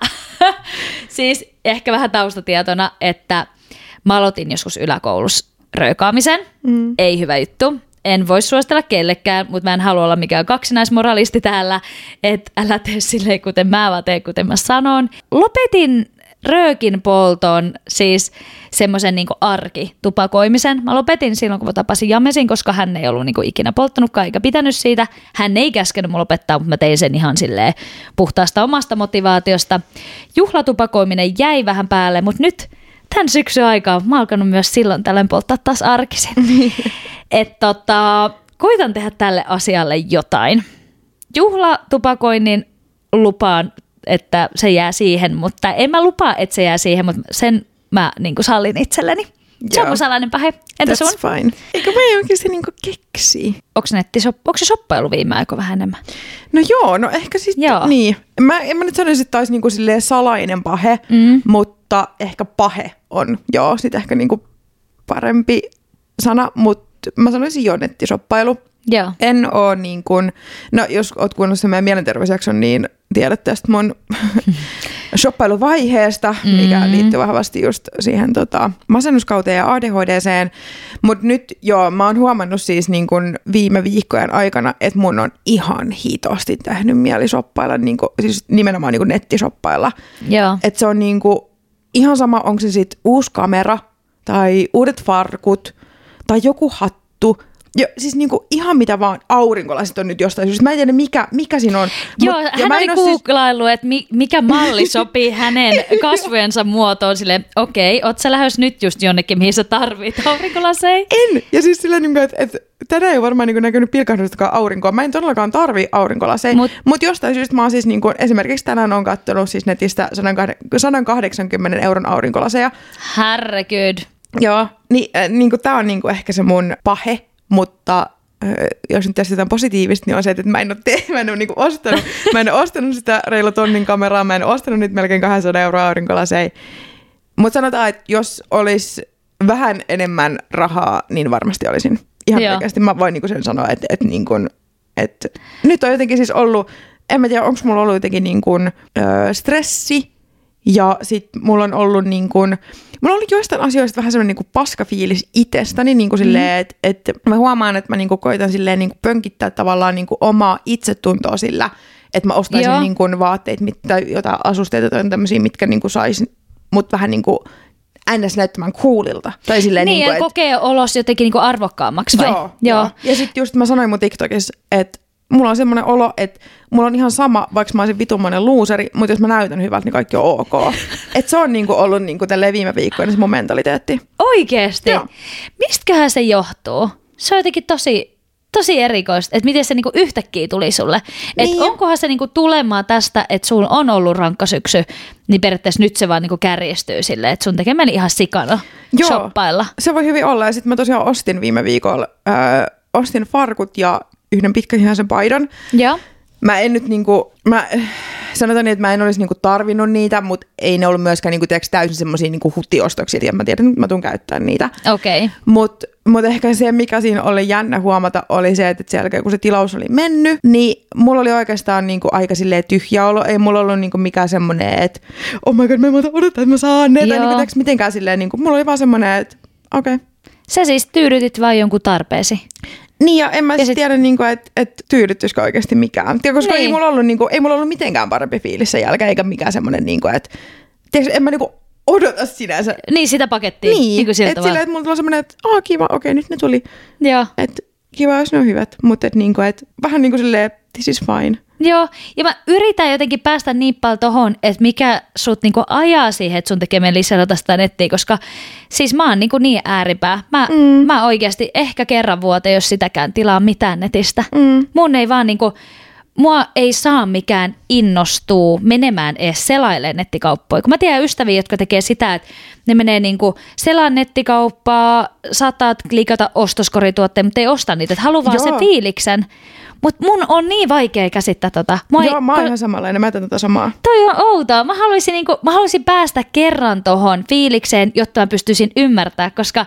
Siis ehkä vähän taustatietona, että mä aloitin joskus yläkoulussa röökaamisen. Mm. Ei hyvä juttu. En voi suositella kellekään, mutta mä en halua olla mikään kaksinaismoralisti täällä, että älä tee silleen, kuten mä, vaan tee, kuten mä sanon. Lopetin röökin polton, siis semmoisen niin kuin arkitupakoimisen. Mä lopetin silloin, kun mä tapasin Jamesin, koska hän ei ollut niin kuin ikinä polttanutkaan eikä pitänyt siitä. Hän ei käskenyt mun lopettaa, mutta mä tein sen ihan silleen puhtaasta omasta motivaatiosta. Juhlatupakoiminen jäi vähän päälle, mutta nyt tämän syksyn aikaa mä oon alkanut myös silloin tällöin polttaa taas arkisin. Että tota, koitan tehdä tälle asialle jotain. Juhlatupakoinnin lupaan, että se jää siihen, mutta en mä lupaa, että se jää siihen, mutta sen mä niin kuin sallin itselleni. Se on mun salainen pahe. Entä That's sun? Fine. Eikö mä ei oikeasti niinku keksi? Onko se shoppailu viime aikoina vähän enemmän? No joo, no ehkä sitten niin. Mä, en mä nyt sanoisi, että taisi niinku silleen salainen pahe, mm. mutta ehkä pahe on joo, sit ehkä niinku parempi sana, mutta mä sanoisin jo nettishoppailu. Joo. En oo niin kuin, no jos oot kuunnellut sen meidän mielenterveysjakson, niin tiedät tästä mun shoppailuvaiheesta, mikä mm-hmm. liittyy vahvasti just siihen tota, masennuskauteen ja A D H D:seen. Mutta nyt joo, mä oon huomannut siis niin kuin viime viikkojen aikana, että mun on ihan hitosti tehnyt mieli shoppailla, niin kuin, siis nimenomaan niin kuin nettishoppailla. Että se on niin kuin, ihan sama, onko se sitten uusi kamera tai uudet farkut tai joku hattu. Jo, siis niinku ihan mitä vaan, aurinkolasit on nyt jostain syystä. Mä en tiedä mikä, mikä siinä on. Joo, Mut, hän oli googlaillut, siis... että mi, mikä malli sopii hänen kasvojensa muotoon. Silleen, okei, okay, oot sä lähes nyt just jonnekin, mihin sä tarvit aurinkolaseja? En, ja siis silleen, niinku, että et, tänään ei ole varmaan niinku näkynyt pilkahdustakaan aurinkoa. Mä en todellakaan tarvii aurinkolaseja. Mutta Mut jostain syystä mä oon siis, niinku, esimerkiksi tänään on katsonut siis netistä sata kahdeksankymmentä euron aurinkolaseja. Herregud. Joo, niin, äh, niinku, tää on niinku ehkä se mun pahe. Mutta jos nyt tässä jotain positiivista, niin on se, että mä en ole, te- mä en ole niinku ostanut, mä en ole ostanut sitä reilu tonnin kameraa, mä en ole ostanut nyt melkein kaksisataa euroa aurinkolaseja. Mutta sanotaan, että jos olisi vähän enemmän rahaa, niin varmasti olisin. Ihan Joo. oikeasti mä voin niinku sen sanoa, että, että, niinku, että nyt on jotenkin siis ollut, en mä tiedä, onko mulla ollut jotenkin niinku, ö, stressi ja sit mulla on ollut niinku, mulla oli joistain asioista vähän semmoinen niinku paskafiilis itsestäni, niinku silleen, että et mä huomaan, että mä niinku koitan silleen niinku pönkittää tavallaan niinku omaa itsetuntoa sillä, että mä ostaisin niinku vaatteita tai jotain asusteita tai tämmöisiä, mitkä niinku sais mut vähän niinku ns. Näyttämään coolilta. Tai silleen niin, niinku, ja et... kokee olos jotenkin niinku arvokkaammaksi vai? Joo, joo. joo. Ja sitten just mä sanoin mun TikTokissa, että mulla on semmoinen olo, että mulla on ihan sama, vaikka mä olisin vitumainen luuseri, mutta jos mä näytän hyvältä, niin kaikki on ok. Että se on niinku ollut niinku tälleen viime viikkoina se mun mentaliteetti. Oikeesti? Joo. Mistäköhän se johtuu? Se on jotenkin tosi, tosi erikoista, että miten se niinku yhtäkkiä tuli sulle. Niin. Että onkohan se niinku tulemaan tästä, että sun on ollut rankka syksy, niin periaatteessa nyt se vaan niinku kärjistyy silleen, että sun tekee meni ihan sikana Joo, shoppailla. Se voi hyvin olla. Ja sitten mä tosiaan ostin viime viikolla, äh, ostin farkut ja yhden pitkähihaisen paidan. Joo. Mä en nyt niinku, mä sanotaan niin, että mä en olisi niinku tarvinnut niitä, mutta ei ne ollut myöskään niinku, tiiäks, täysin semmosia niinku hutiostoksia, ja mä tiedän, että mä tuun käyttämään niitä. Okei. Okay. Mutta mut ehkä se, mikä siinä oli jännä huomata, oli se, että sen jälkeen, kun se tilaus oli mennyt, niin mulla oli oikeastaan niinku aika silleen tyhjä olo. Ei mulla ollut niinku mikään semmoinen, että oh my god, mä en odottaa, että mä saan ne. Tai niinku, tiiäks, mitenkään silleen, niinku, mulla oli vaan semmoinen, että okei. Okay. Sä siis tyydytit vain jonkun tarpeesi. Niin, ja en mä sit... tiedä, niinku, että et tyydyttyisikö oikeasti mikään. Tiedä, koska niin. ei, mulla ollut, niinku, ei mulla ollut mitenkään parempi fiilis sen jälkeen, eikä mikään semmoinen, niinku, että en mä niinku, odota sinänsä. Niin, sitä pakettia. Niin, niin että silleen, että mulla tuli semmoinen, että aah kiva, okei, nyt ne tuli. Joo. Että kiva, jos ne on hyvät, mutta et, niinku, et, vähän niin kuin silleen, this is fine. Joo, ja mä yritän jotenkin päästä niin paljon tohon, että mikä sut niinku ajaa siihen, että sun tekee lisätä sitä nettiä, koska siis mä oon niinku niin ääripää. Mä, mm. mä oikeasti ehkä kerran vuoteen, jos sitäkään tilaa mitään netistä. Mm. Mun ei vaan niinku, mua ei saa mikään innostuu menemään edes selailemaan nettikauppoja. Kun mä tiedän ystäviä, jotka tekee sitä, että ne menee niinku selaan nettikauppaa, saattaa klikata ostoskorituotteen, mutta ei osta niitä, että haluaa vaan sen fiiliksen. Mutta mun on niin vaikea käsittää tota. Mua Joo, ei, mä oon ihan samanlainen, mä tätä samaa. Toi on outoa. Mä haluaisin, niinku, mä haluaisin päästä kerran tohon fiilikseen, jotta mä pystyisin ymmärtää, koska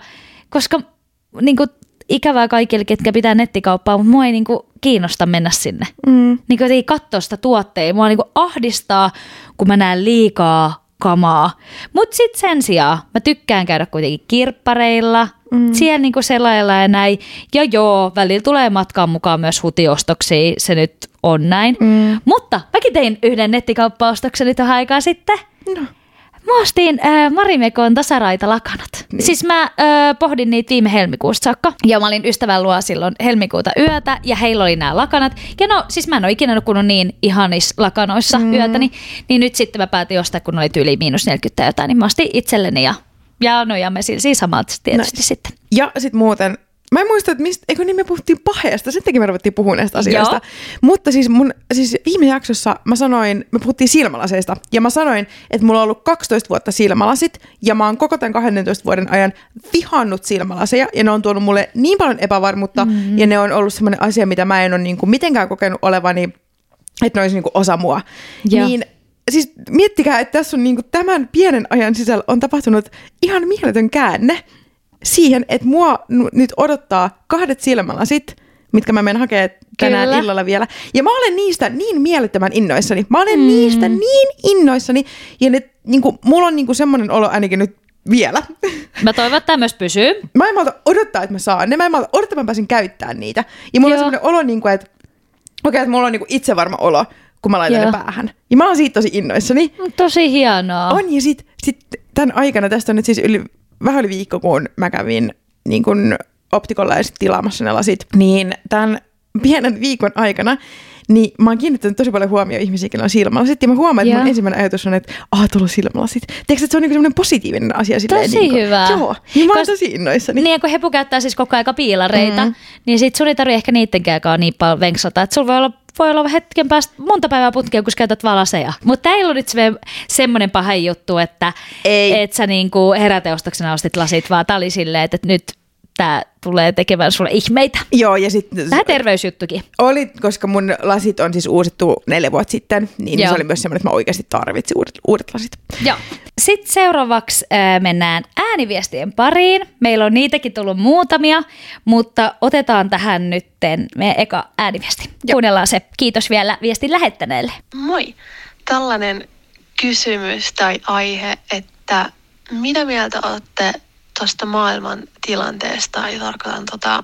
koska niinku, ikävää kaikille, ketkä pitää nettikauppaa, mutta mua ei niinku kiinnosta mennä sinne. Mm. Niinku ei katsoa sitä tuotteita. Mua niinku ahdistaa, kun mä näen liikaa kamaa. Mutta sitten sen sijaan mä tykkään käydä kuitenkin kirppareilla, mm. siellä niinku selailla ja näin. Ja joo, välillä tulee matkaan mukaan myös hutiostoksia, se nyt on näin. Mm. Mutta mäkin tein yhden nettikauppaostoksen nyt aikaa sitten. No. Mä ostin äh, Marimekon tasaraitalakanat. Niin. Siis mä äh, pohdin niitä viime helmikuusta saakka. Ja mä olin ystävän luo silloin helmikuuta yötä. Ja heillä oli nämä lakanat. Ja no siis mä en ole ikinä nukkunut niin ihanis lakanoissa mm. yötäni. Niin nyt sitten mä päätin ostaa, kun oli tyyli miinus neljäkymmentä jotain. Niin mä ostin itselleni ja, ja no ja me siis samat tietysti Näin. Sitten. Ja sitten muuten... Mä en muista, että mistä, eikö niin me puhuttiin paheesta, sittenkin me ruvettiin puhumaan näistä asioista. Joo. Mutta siis, mun, siis viime jaksossa mä sanoin, me puhuttiin silmälaseista, ja mä sanoin, että mulla on ollut kaksitoista vuotta silmälasit, ja mä oon koko tämän kahdentoista vuoden ajan vihannut silmälaseja, ja ne on tuonut mulle niin paljon epävarmuutta, mm-hmm. ja ne on ollut semmoinen asia, mitä mä en ole niin kuin mitenkään kokenut olevani, että ne olisi niin kuin osa mua. Joo. Niin siis miettikää, että tässä on niin kuin tämän pienen ajan sisällä on tapahtunut ihan mieletön käänne, siihen, että mua n- nyt odottaa kahdet silmälasit, mitkä mä menen hakemaan tänään Kyllä. illalla vielä. Ja mä olen niistä niin mielettömän innoissani. Mä olen mm. niistä niin innoissani. Ja ne, niinku, mulla on niinku semmoinen olo ainakin nyt vielä. Mä toivon, että tämä myös pysyy. Mä en malta odottaa, että mä saan ne. Mä en malta odottaa, että mä pääsin käyttämään niitä. Ja mulla Joo. on semmoinen olo, niinku, että okei, että mulla on niinku itsevarma olo, kun mä laitan Joo. ne päähän. Ja mä oon siitä tosi innoissani. Tosi hienoa. On, ja sit, sit tämän aikana, tästä on nyt siis yli vähän yli viikko, kun mä kävin niin kun optikolla ja sitten tilaamassa ne lasit, niin tämän pienen viikon aikana niin mä oon kiinnittänyt tosi paljon huomioon ihmisiä, joilla on silmälasit, ja mä huomaan, että mun ensimmäinen ajatus on, että aah, tuolla on silmälasit. Tiedätkö, että se on niinku semmoinen positiivinen asia? Silleen, tosi niin kuin, hyvä. Joo, niin mä oon tosi innoissani. Niin, ja kun Hepu käyttää siis koko ajan piilareita, mm. niin sit sun ei tarvitse ehkä niittenkäänkaan niin paljon venksata, että sulla voi olla voi olla hetken päästä monta päivää putkeen, kun sä käytät valaseja. Mutta täällä on nyt se, semmoinen paha juttu, että et sä niinku heräteostoksena ostit lasit, vaan tää oli silleen, että nyt tää tulee tekemään sulle ihmeitä. Joo, ja sitten... Tähän terveysjuttukin. Oli, koska mun lasit on siis uusittu neljä vuotta sitten, niin Joo. se oli myös semmoinen, että mä oikeasti tarvitsin uudet, uudet lasit. Joo. Sitten seuraavaksi äh, mennään ääniviestien pariin. Meillä on niitäkin tullut muutamia, mutta otetaan tähän nytten meidän eka ääniviesti. Joo. Kuunnellaan se. Kiitos vielä viestin lähettäneelle. Moi. Tällainen kysymys tai aihe, että mitä mieltä olette tuosta maailman tilanteesta, ja tarkoitan tota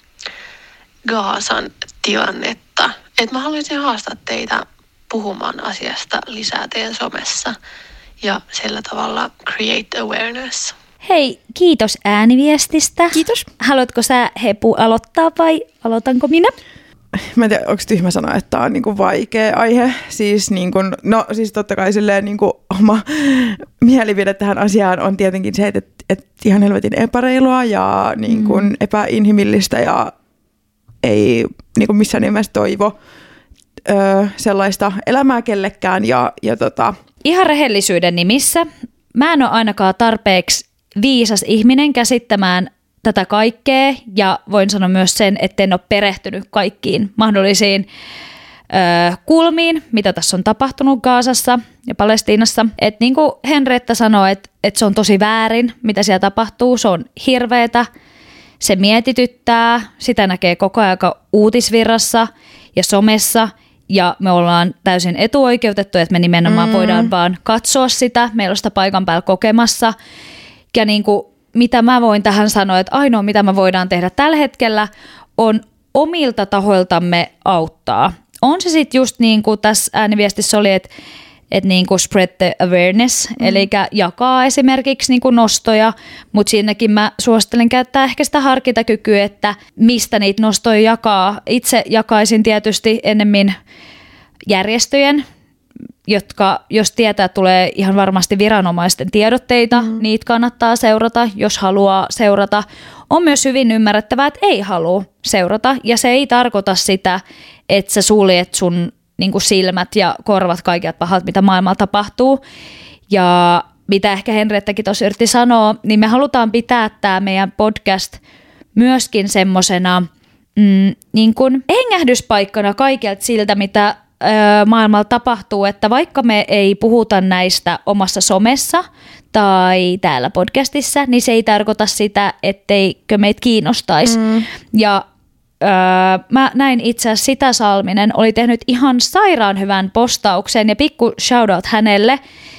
Gazan tilannetta. Et mä haluaisin haastaa teitä puhumaan asiasta lisää teidän somessa ja sillä tavalla create awareness. Hei, kiitos ääniviestistä. Kiitos. Haluatko sä, Hepu, aloittaa vai aloitanko minä? Mä en tiedä, onko tyhmä sanoa, että tämä on niinku vaikea aihe. Siis, niinku, no, siis totta kai silleen, niinku, oma mielipide tähän asiaan on tietenkin se, että, että ihan helvetin epäreilua ja niinku, mm. epäinhimillistä ja ei niinku, missään nimessä toivo ö, sellaista elämää kellekään. Ja, ja tota... Ihan rehellisyyden nimissä. Mä en ole ainakaan tarpeeksi viisas ihminen käsittämään tätä kaikkea, ja voin sanoa myös sen, että en ole perehtynyt kaikkiin mahdollisiin ö, kulmiin, mitä tässä on tapahtunut Gazassa ja Palestiinassa. Et niin kuin Henrietta sanoi, että, että se on tosi väärin, mitä siellä tapahtuu, se on hirveetä, se mietityttää, sitä näkee koko ajan uutisvirrassa ja somessa, ja me ollaan täysin etuoikeutettu, että me nimenomaan mm. voidaan vaan katsoa sitä, meillä on sitä paikan päällä kokemassa, ja niin kuin mitä mä voin tähän sanoa, että ainoa mitä me voidaan tehdä tällä hetkellä on omilta tahoiltamme auttaa. On se sitten just niin kuin tässä ääniviestissä oli, että, että niin kuin spread the awareness, mm. eli jakaa esimerkiksi niin kuin nostoja, mutta siinäkin mä suosittelen käyttää ehkä sitä harkintakykyä, että mistä niitä nostoja jakaa. Itse jakaisin tietysti ennemmin järjestöjen, jotka, jos tietää, tulee ihan varmasti viranomaisten tiedotteita, mm. niitä kannattaa seurata, jos haluaa seurata. On myös hyvin ymmärrettävää, että ei halua seurata, ja se ei tarkoita sitä, että sä suljet sun niin kuin silmät ja korvat kaikilta pahat, mitä maailmalla tapahtuu. Ja mitä ehkä Henriettäkin tuossa yritti sanoa, niin me halutaan pitää tämä meidän podcast myöskin semmosena mm, niin kuin hengähdyspaikkana kaikilta siltä, mitä maailmalla tapahtuu, että vaikka me ei puhuta näistä omassa somessa tai täällä podcastissa, niin se ei tarkoita sitä, etteikö meitä kiinnostaisi. Mm. Ja öö, mä näin itse asiassa Sita Salminen oli tehnyt ihan sairaan hyvän postauksen ja pikku shoutout hänelle.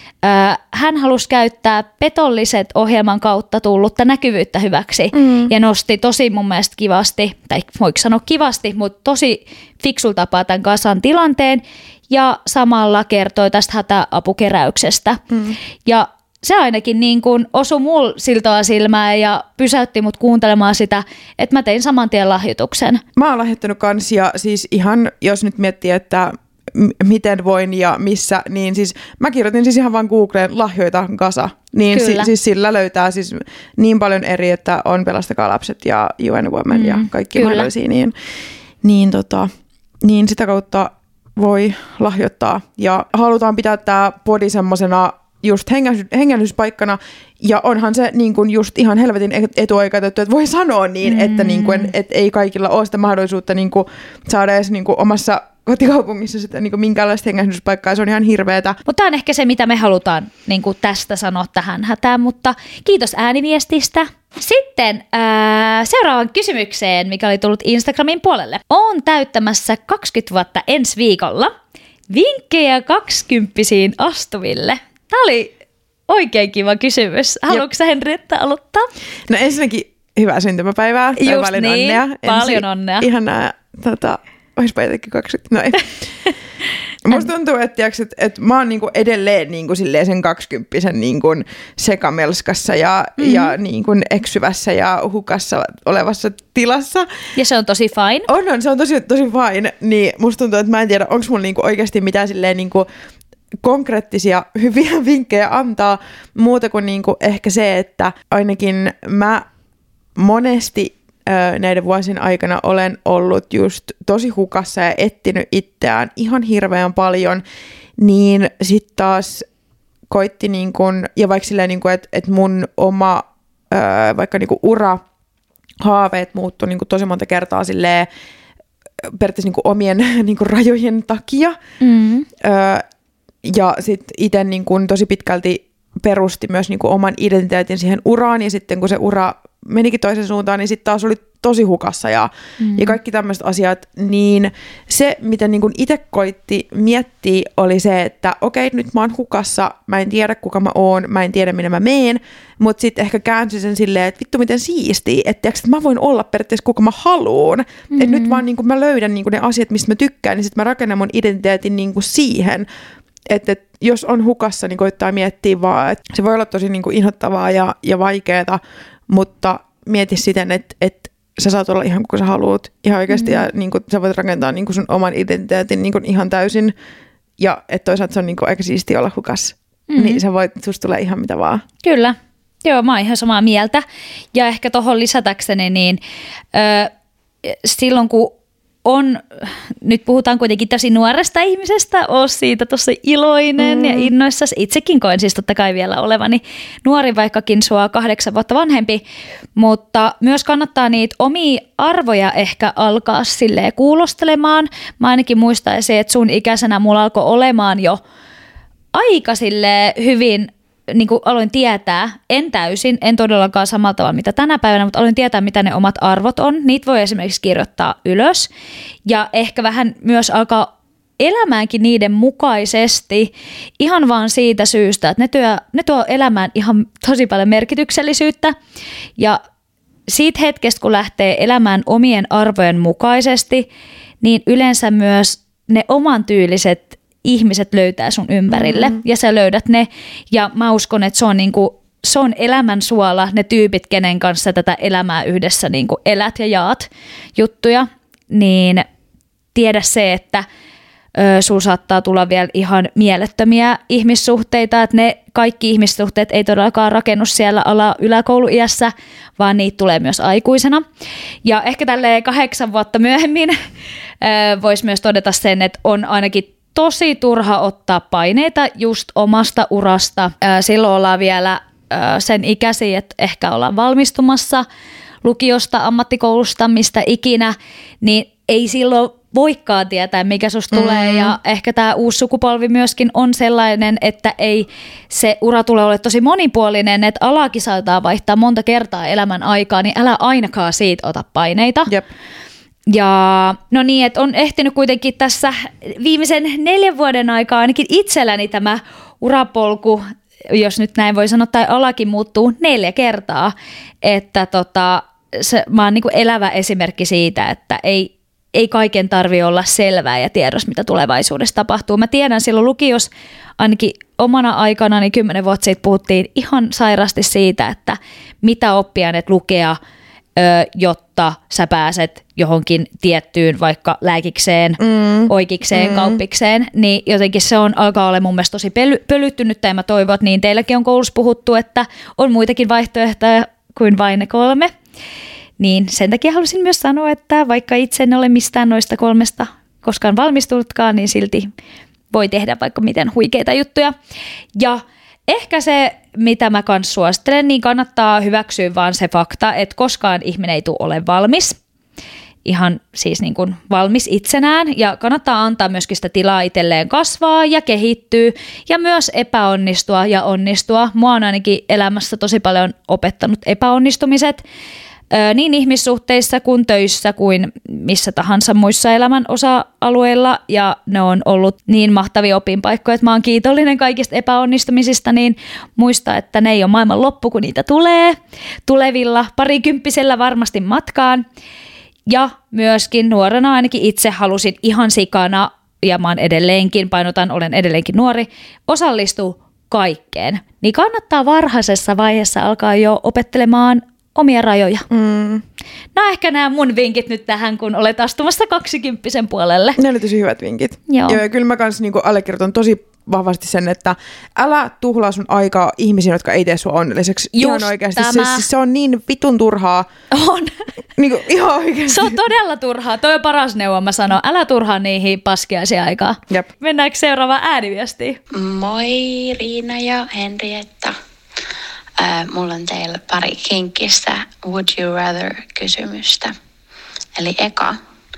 Hän halusi käyttää petolliset ohjelman kautta tullutta näkyvyyttä hyväksi mm. ja nosti tosi mun mielestä kivasti, tai voiko sanoa kivasti, mutta tosi fiksulla tapaa tämän kasan tilanteen ja samalla kertoi tästä hätäapukeräyksestä. Mm. Ja se ainakin niin kuin osui mulla siltoa silmään ja pysäytti mut kuuntelemaan sitä, että mä tein saman tien lahjoituksen. Mä oon lahjoittanut kans ja siis ihan, jos nyt miettii, että miten voin ja missä, niin siis mä kirjoitin siis ihan vaan Googleen lahjoita kasa. Niin si, siis sillä löytää siis niin paljon eri, että on Pelastakaa lapset ja U N Women mm, ja kaikki kyllä. mahdollisia. Niin, niin, tota, niin sitä kautta voi lahjoittaa. Ja halutaan pitää tää podi semmosena just hengähdyspaikkana. Ja onhan se niin kun just ihan helvetin etuoikeutettu, että voi sanoa niin, mm. että niin kun, et ei kaikilla ole sitä mahdollisuutta niin kun saada edes niin kun omassa kotikaupungissa sitä niin minkäänlaista hengähdyspaikkaa, se on ihan hirveetä. Mutta tämä on ehkä se, mitä me halutaan niin tästä sanoa tähän hätään, mutta kiitos ääniviestistä. Sitten ää, seuraavaan kysymykseen, mikä oli tullut Instagramin puolelle. Oon täyttämässä kaksikymmentä vuotta ensi viikolla. Vinkkejä kaksikymppisiin astuville. Tämä oli oikein kiva kysymys. Haluatko sä, Henrietta, aloittaa? No ensinnäkin hyvää syntymäpäivää. Just paljon niin, onnea. paljon onnea. Ihanaa, tota, oispa jotenkin kaksikymmentä, no ei. Musta tuntuu, että, tiiäks, että, että mä oon niinku edelleen niinku sen kaksikymppisen niinku sekamelskassa ja, mm-hmm. ja niinku eksyvässä ja hukassa olevassa tilassa. Ja se on tosi fine. On, on se on tosi, tosi fine. Niin musta tuntuu, että mä en tiedä, onko mulla niinku oikeasti mitään silleen niinku konkreettisia hyviä vinkkejä antaa muuta kuin niinku ehkä se, että ainakin mä monesti näiden vuosien aikana olen ollut just tosi hukassa ja etsinyt itseään ihan hirveän paljon, niin sitten taas koitti niin kun, ja vaikka silleen niin kun, että et mun oma ää, vaikka niin kun ura, haaveet muuttui niin kun tosi monta kertaa silleen periaatteessa niin kun omien niin kun rajojen takia. Mm-hmm. Ää, ja sitten itse niin kun tosi pitkälti perusti myös niin kun oman identiteetin siihen uraan, ja sitten kun se ura menikin toisen suuntaan, niin sitten taas oli tosi hukassa ja, mm. ja kaikki tämmöiset asiat, niin se, mitä niin itse koitti miettiä, oli se, että okei, nyt mä oon hukassa, mä en tiedä kuka mä oon, mä en tiedä minne mä meen, mutta sitten ehkä käänsi sen silleen, että vittu miten siistiä, että, että mä voin olla periaatteessa kuka mä haluun, mm. että nyt vaan niin mä löydän niin ne asiat, mistä mä tykkään, niin sitten mä rakennan mun identiteetin niin siihen, että, että jos on hukassa, niin koittaa miettiä vaan, että se voi olla tosi niin inhottavaa ja, ja vaikeaa, mutta mieti siten, että, että sä saat olla ihan kuka sä haluut ihan oikeasti mm. ja niin kuin, sä voit rakentaa niin kuin sun oman identiteetin niin kuin ihan täysin ja että toisaalta se on niin kuin aika siistiä olla hukas. Mm. Niin sä voit, susta tulee ihan mitä vaan. Kyllä. Joo, mä oon ihan samaa mieltä. Ja ehkä tohon lisätäkseni, niin ö, silloin kun on, nyt puhutaan kuitenkin tosi nuoresta ihmisestä, oon siitä tosi iloinen mm. ja innoissas. Itsekin koen siis totta kai vielä olevani nuori, vaikkakin sua kahdeksan vuotta vanhempi, mutta myös kannattaa niitä omia arvoja ehkä alkaa silleen kuulostelemaan. Mä ainakin muistaisin, että sun ikäisenä mulla alkoi olemaan jo aika silleen hyvin, niin kuin aloin tietää, en täysin, en todellakaan samalla tavalla mitä tänä päivänä, mutta aloin tietää, mitä ne omat arvot on. Niitä voi esimerkiksi kirjoittaa ylös ja ehkä vähän myös alkaa elämäänkin niiden mukaisesti ihan vaan siitä syystä, että ne tuo, ne tuo elämään ihan tosi paljon merkityksellisyyttä ja siitä hetkestä, kun lähtee elämään omien arvojen mukaisesti, niin yleensä myös ne oman tyyliset ihmiset löytää sun ympärille mm-hmm. ja sä löydät ne ja mä uskon, että se on, niinku, se on elämän suola, ne tyypit, kenen kanssa tätä elämää yhdessä niinku elät ja jaat juttuja, niin tiedä se, että ö, sul saattaa tulla vielä ihan mielettömiä ihmissuhteita, että ne kaikki ihmissuhteet ei todellakaan rakennu siellä ala yläkouluiässä, vaan niitä tulee myös aikuisena. Ja ehkä tälleen kahdeksan vuotta myöhemmin voisi myös todeta sen, että on ainakin tosi turha ottaa paineita just omasta urasta. Silloin ollaan vielä sen ikäisiä, että ehkä ollaan valmistumassa lukiosta, ammattikoulusta, mistä ikinä, niin ei silloin voikaan tietää, mikä susta mm-hmm. tulee ja ehkä tämä uusi sukupolvi myöskin on sellainen, että ei se ura tule ole tosi monipuolinen, että alakin saattaa vaihtaa monta kertaa elämän aikaa, niin älä ainakaan siitä ota paineita. Jep. Ja no niin, että on ehtinyt kuitenkin tässä viimeisen neljän vuoden aikaa ainakin itselläni tämä urapolku, jos nyt näin voi sanoa, tai alakin muuttuu neljä kertaa, että tota, se, mä oon niin kuin elävä esimerkki siitä, että ei, ei kaiken tarvi olla selvää ja tiedossa, mitä tulevaisuudessa tapahtuu. Mä tiedän silloin lukiossa ainakin omana aikana, niin kymmenen vuotta sitten puhuttiin ihan sairasti siitä, että mitä oppiaineet lukea, jotta sä pääset johonkin tiettyyn vaikka lääkikseen, mm. oikeikseen, mm. kauppikseen, niin jotenkin se on, alkaa olla mun mielestä tosi pöly, pölyttynyttä ja mä toivon, että niin teilläkin on koulussa puhuttu, että on muitakin vaihtoehtoja kuin vain ne kolme. Niin sen takia halusin myös sanoa, että vaikka itse en ole mistään noista kolmesta koskaan valmistunutkaan, niin silti voi tehdä vaikka miten huikeita juttuja. Ja ehkä se, mitä mä kans suosittelen, niin kannattaa hyväksyä vaan se fakta, että koskaan ihminen ei tule ole valmis. Ihan siis niin kuin valmis itsenään ja kannattaa antaa myöskin sitä tilaa itselleen kasvaa ja kehittyä ja myös epäonnistua ja onnistua. Mua on ainakin elämässä tosi paljon opettanut epäonnistumiset niin ihmissuhteissa kuin töissä kuin missä tahansa muissa elämän osa-alueilla ja ne on ollut niin mahtavia opinpaikkoja, että mä oon kiitollinen kaikista epäonnistumisista, niin muista, että ne ei ole maailman loppu, kun niitä tulee tulevilla parikymppisellä varmasti matkaan. Ja myöskin nuorena ainakin itse halusin ihan sikana, ja mä oon edelleenkin, painotan, olen edelleenkin nuori, osallistua kaikkeen. Niin kannattaa varhaisessa vaiheessa alkaa jo opettelemaan omia rajoja. Mm. No ehkä nämä mun vinkit nyt tähän, kun olet astumassa kaksikymppisen puolelle. Ne oli tosi hyvät vinkit. Joo. Ja kyllä mä kans niinku allekirjoitan tosi vahvasti sen, että älä tuhlaa sun aikaa ihmisiin, jotka ei tee sua onnelliseksi. Just ihan oikeasti. tämä. Se, se on niin vitun turhaa. On. Niinku, ihan oikeasti. Se on todella turhaa. Toi on paras neuvo, mä sanon. Älä turhaa niihin paskiaisiin aikaa. Jep. Mennäänkö seuraavaan ääniviestiin? Moi Riina ja Henrietta. Äh, mulla on teillä pari kinkkistä would you rather -kysymystä. Eli eka,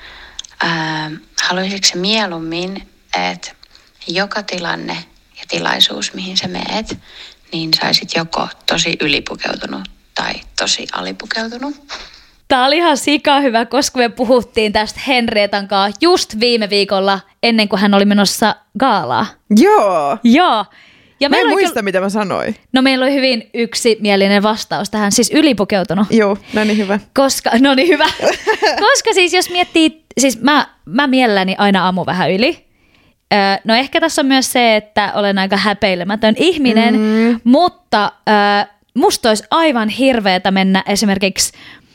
äh, haluaisitko sä mieluummin, että joka tilanne ja tilaisuus, mihin sä meet, niin saisit joko tosi ylipukeutunut tai tosi alipukeutunut? Tää oli ihan sika hyvä, koska me puhuttiin tästä Henrietan kanssa just viime viikolla ennen kuin hän oli menossa gaalaa. Joo. Joo. Ja mä en muista, kyllä... mitä mä sanoin. No meillä oli hyvin yksimielinen vastaus tähän, siis ylipukeutunut. Joo, no niin hyvä. Koska, no niin hyvä. Koska siis jos miettii, siis mä, mä mielelläni aina ammu vähän yli. Öö, no ehkä tässä on myös se, että olen aika häpeilemätön ihminen, mm. mutta öö, musta olisi aivan hirveetä mennä esimerkiksi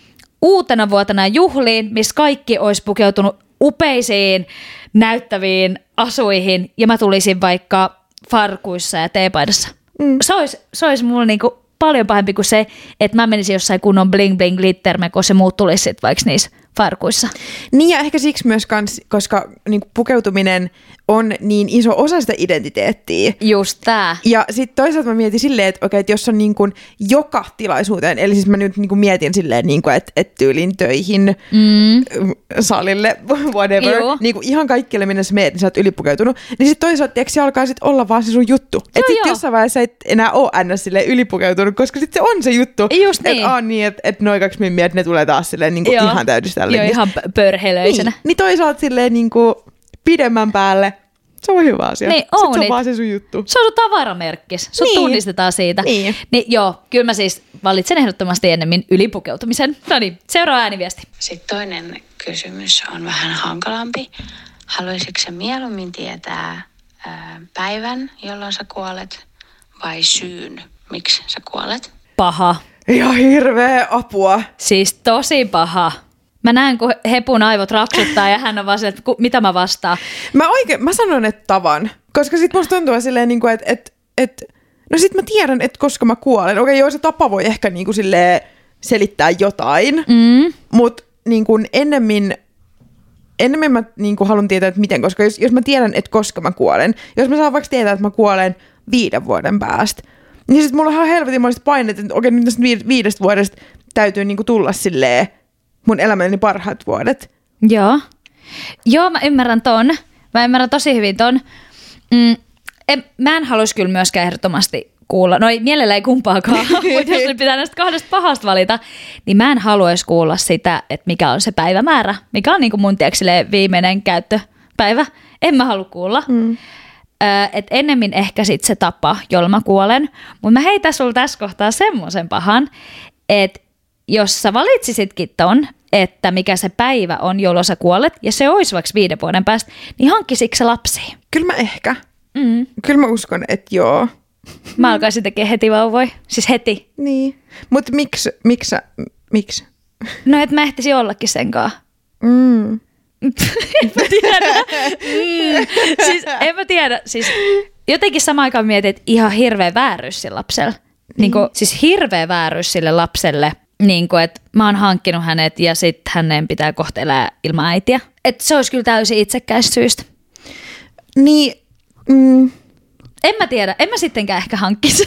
uutena vuotena juhliin, missä kaikki olisi pukeutunut upeisiin, näyttäviin asuihin ja mä tulisin vaikka farkuissa ja teepaidassa. Mm. Se olisi, se olisi mulla niinku paljon pahempi kuin se, että mä menisin jossain kunnon bling bling glittermekossa ja muut tulisi sit vaikka niissä farkuissa. Niin ja ehkä siksi myös, kans, koska niinku pukeutuminen on niin iso osa sitä identiteettiä. Just tää. Ja sitten toisaalta mä mietin silleen, että okei, että jos on niin kuin joka tilaisuuteen, eli siis mä nyt niin kuin mietin silleen, niin kuin, että, että tyylin töihin, mm. salille, whatever, niin kuin ihan kaikkialle minne sä meet, niin sä oot ylipukeutunut, niin sitten toisaalta tiiäks, se alkaa sitten olla vaan se sun juttu. Että sitten jossain vaiheessa et enää ole ns. Silleen ylipukeutunut, koska sitten se on se juttu. Just niin. Että niin, että et noi kaksi mimmiä, että ne tulee taas silleen niin kuin ihan täydistä. Joo, ihan pörhelöisenä. Niin, niin toisaalta silleen niin kuin pidemmän päälle, se on hyvä asia. Niin, on se on vaan se sun juttu. Se on sun tavaramerkkis. Sut niin. tunnistetaan siitä. Niin. Niin joo, kyllä mä siis valitsen ehdottomasti ennemmin ylipukeutumisen. No niin, seuraava ääniviesti. Sitten toinen kysymys on vähän hankalampi. Haluaisitko sä mieluummin tietää ää, päivän, jolloin sä kuolet, vai syyn, miksi sä kuolet? Paha. Ihan hirveä apua. Siis tosi paha. Mä näen, kun Hepun aivot raksuttaa ja hän on vaan silleen, että mitä mä vastaan. Mä oikein, mä sanon, että tavan. Koska sit musta tuntuu silleen, niin kuin, että, että, että no sit mä tiedän, että koska mä kuolen. Okei, joo, se tapa voi ehkä niin kuin silleen selittää jotain. Mm. Mut niin kuin ennemmin, ennemmin mä niin kuin haluan tietää, että miten. Koska jos, jos mä tiedän, että koska mä kuolen. Jos mä saan vaikka tietää, että mä kuolen viiden vuoden päästä. Niin sit mulla on ihan helvetinmoiset paineet, että okei, nyt tästä viidestä vuodesta täytyy niin kuin tulla silleen mun elämäni parhaat vuodet. Joo. Joo, mä ymmärrän ton. Mä ymmärrän tosi hyvin ton. Mm, en, mä en halus kyllä myöskään ehdottomasti kuulla, no ei mielellä ei kumpaakaan, mutta jos nyt pitää näistä kahdesta pahasta valita, niin mä en haluaisi kuulla sitä, että mikä on se päivämäärä, mikä on niin kuin mun tiedätkö viimeinen käyttöpäivä. En mä halua kuulla. Mm. Ö, et ennemmin ehkä sit se tapa, jolla mä kuolen. Mutta mä heitän sulla tässä kohtaa semmoisen pahan, että jos sä valitsisitkin ton, että mikä se päivä on, jolloin sä kuolet, ja se olisi vaikka viiden vuoden päästä, niin hankkisitko se lapsi? Kyllä mä ehkä. Mm. Kyllä mä uskon, että joo. Mä alkaisin tekemään heti vauvoi. Siis heti. Niin. Mutta miksi? Miksi? Miksi? No, et mä ehtisin ollakin sen kanssa. Mm. en mä tiedä. Mm. Siis en mä tiedä. Siis jotenkin samaan aikaan mietin, että ihan hirveä vääryys sille lapselle. Niin kuin, siis hirveä vääryys sille lapselle. Niin kuin, että mä oon hankkinut hänet ja sitten hänen pitää kohta elää ilman äitiä. Että se olisi kyllä täysin itsekkäistä syystä. Niin. Mm. En mä tiedä. En mä sittenkään ehkä hankkisi.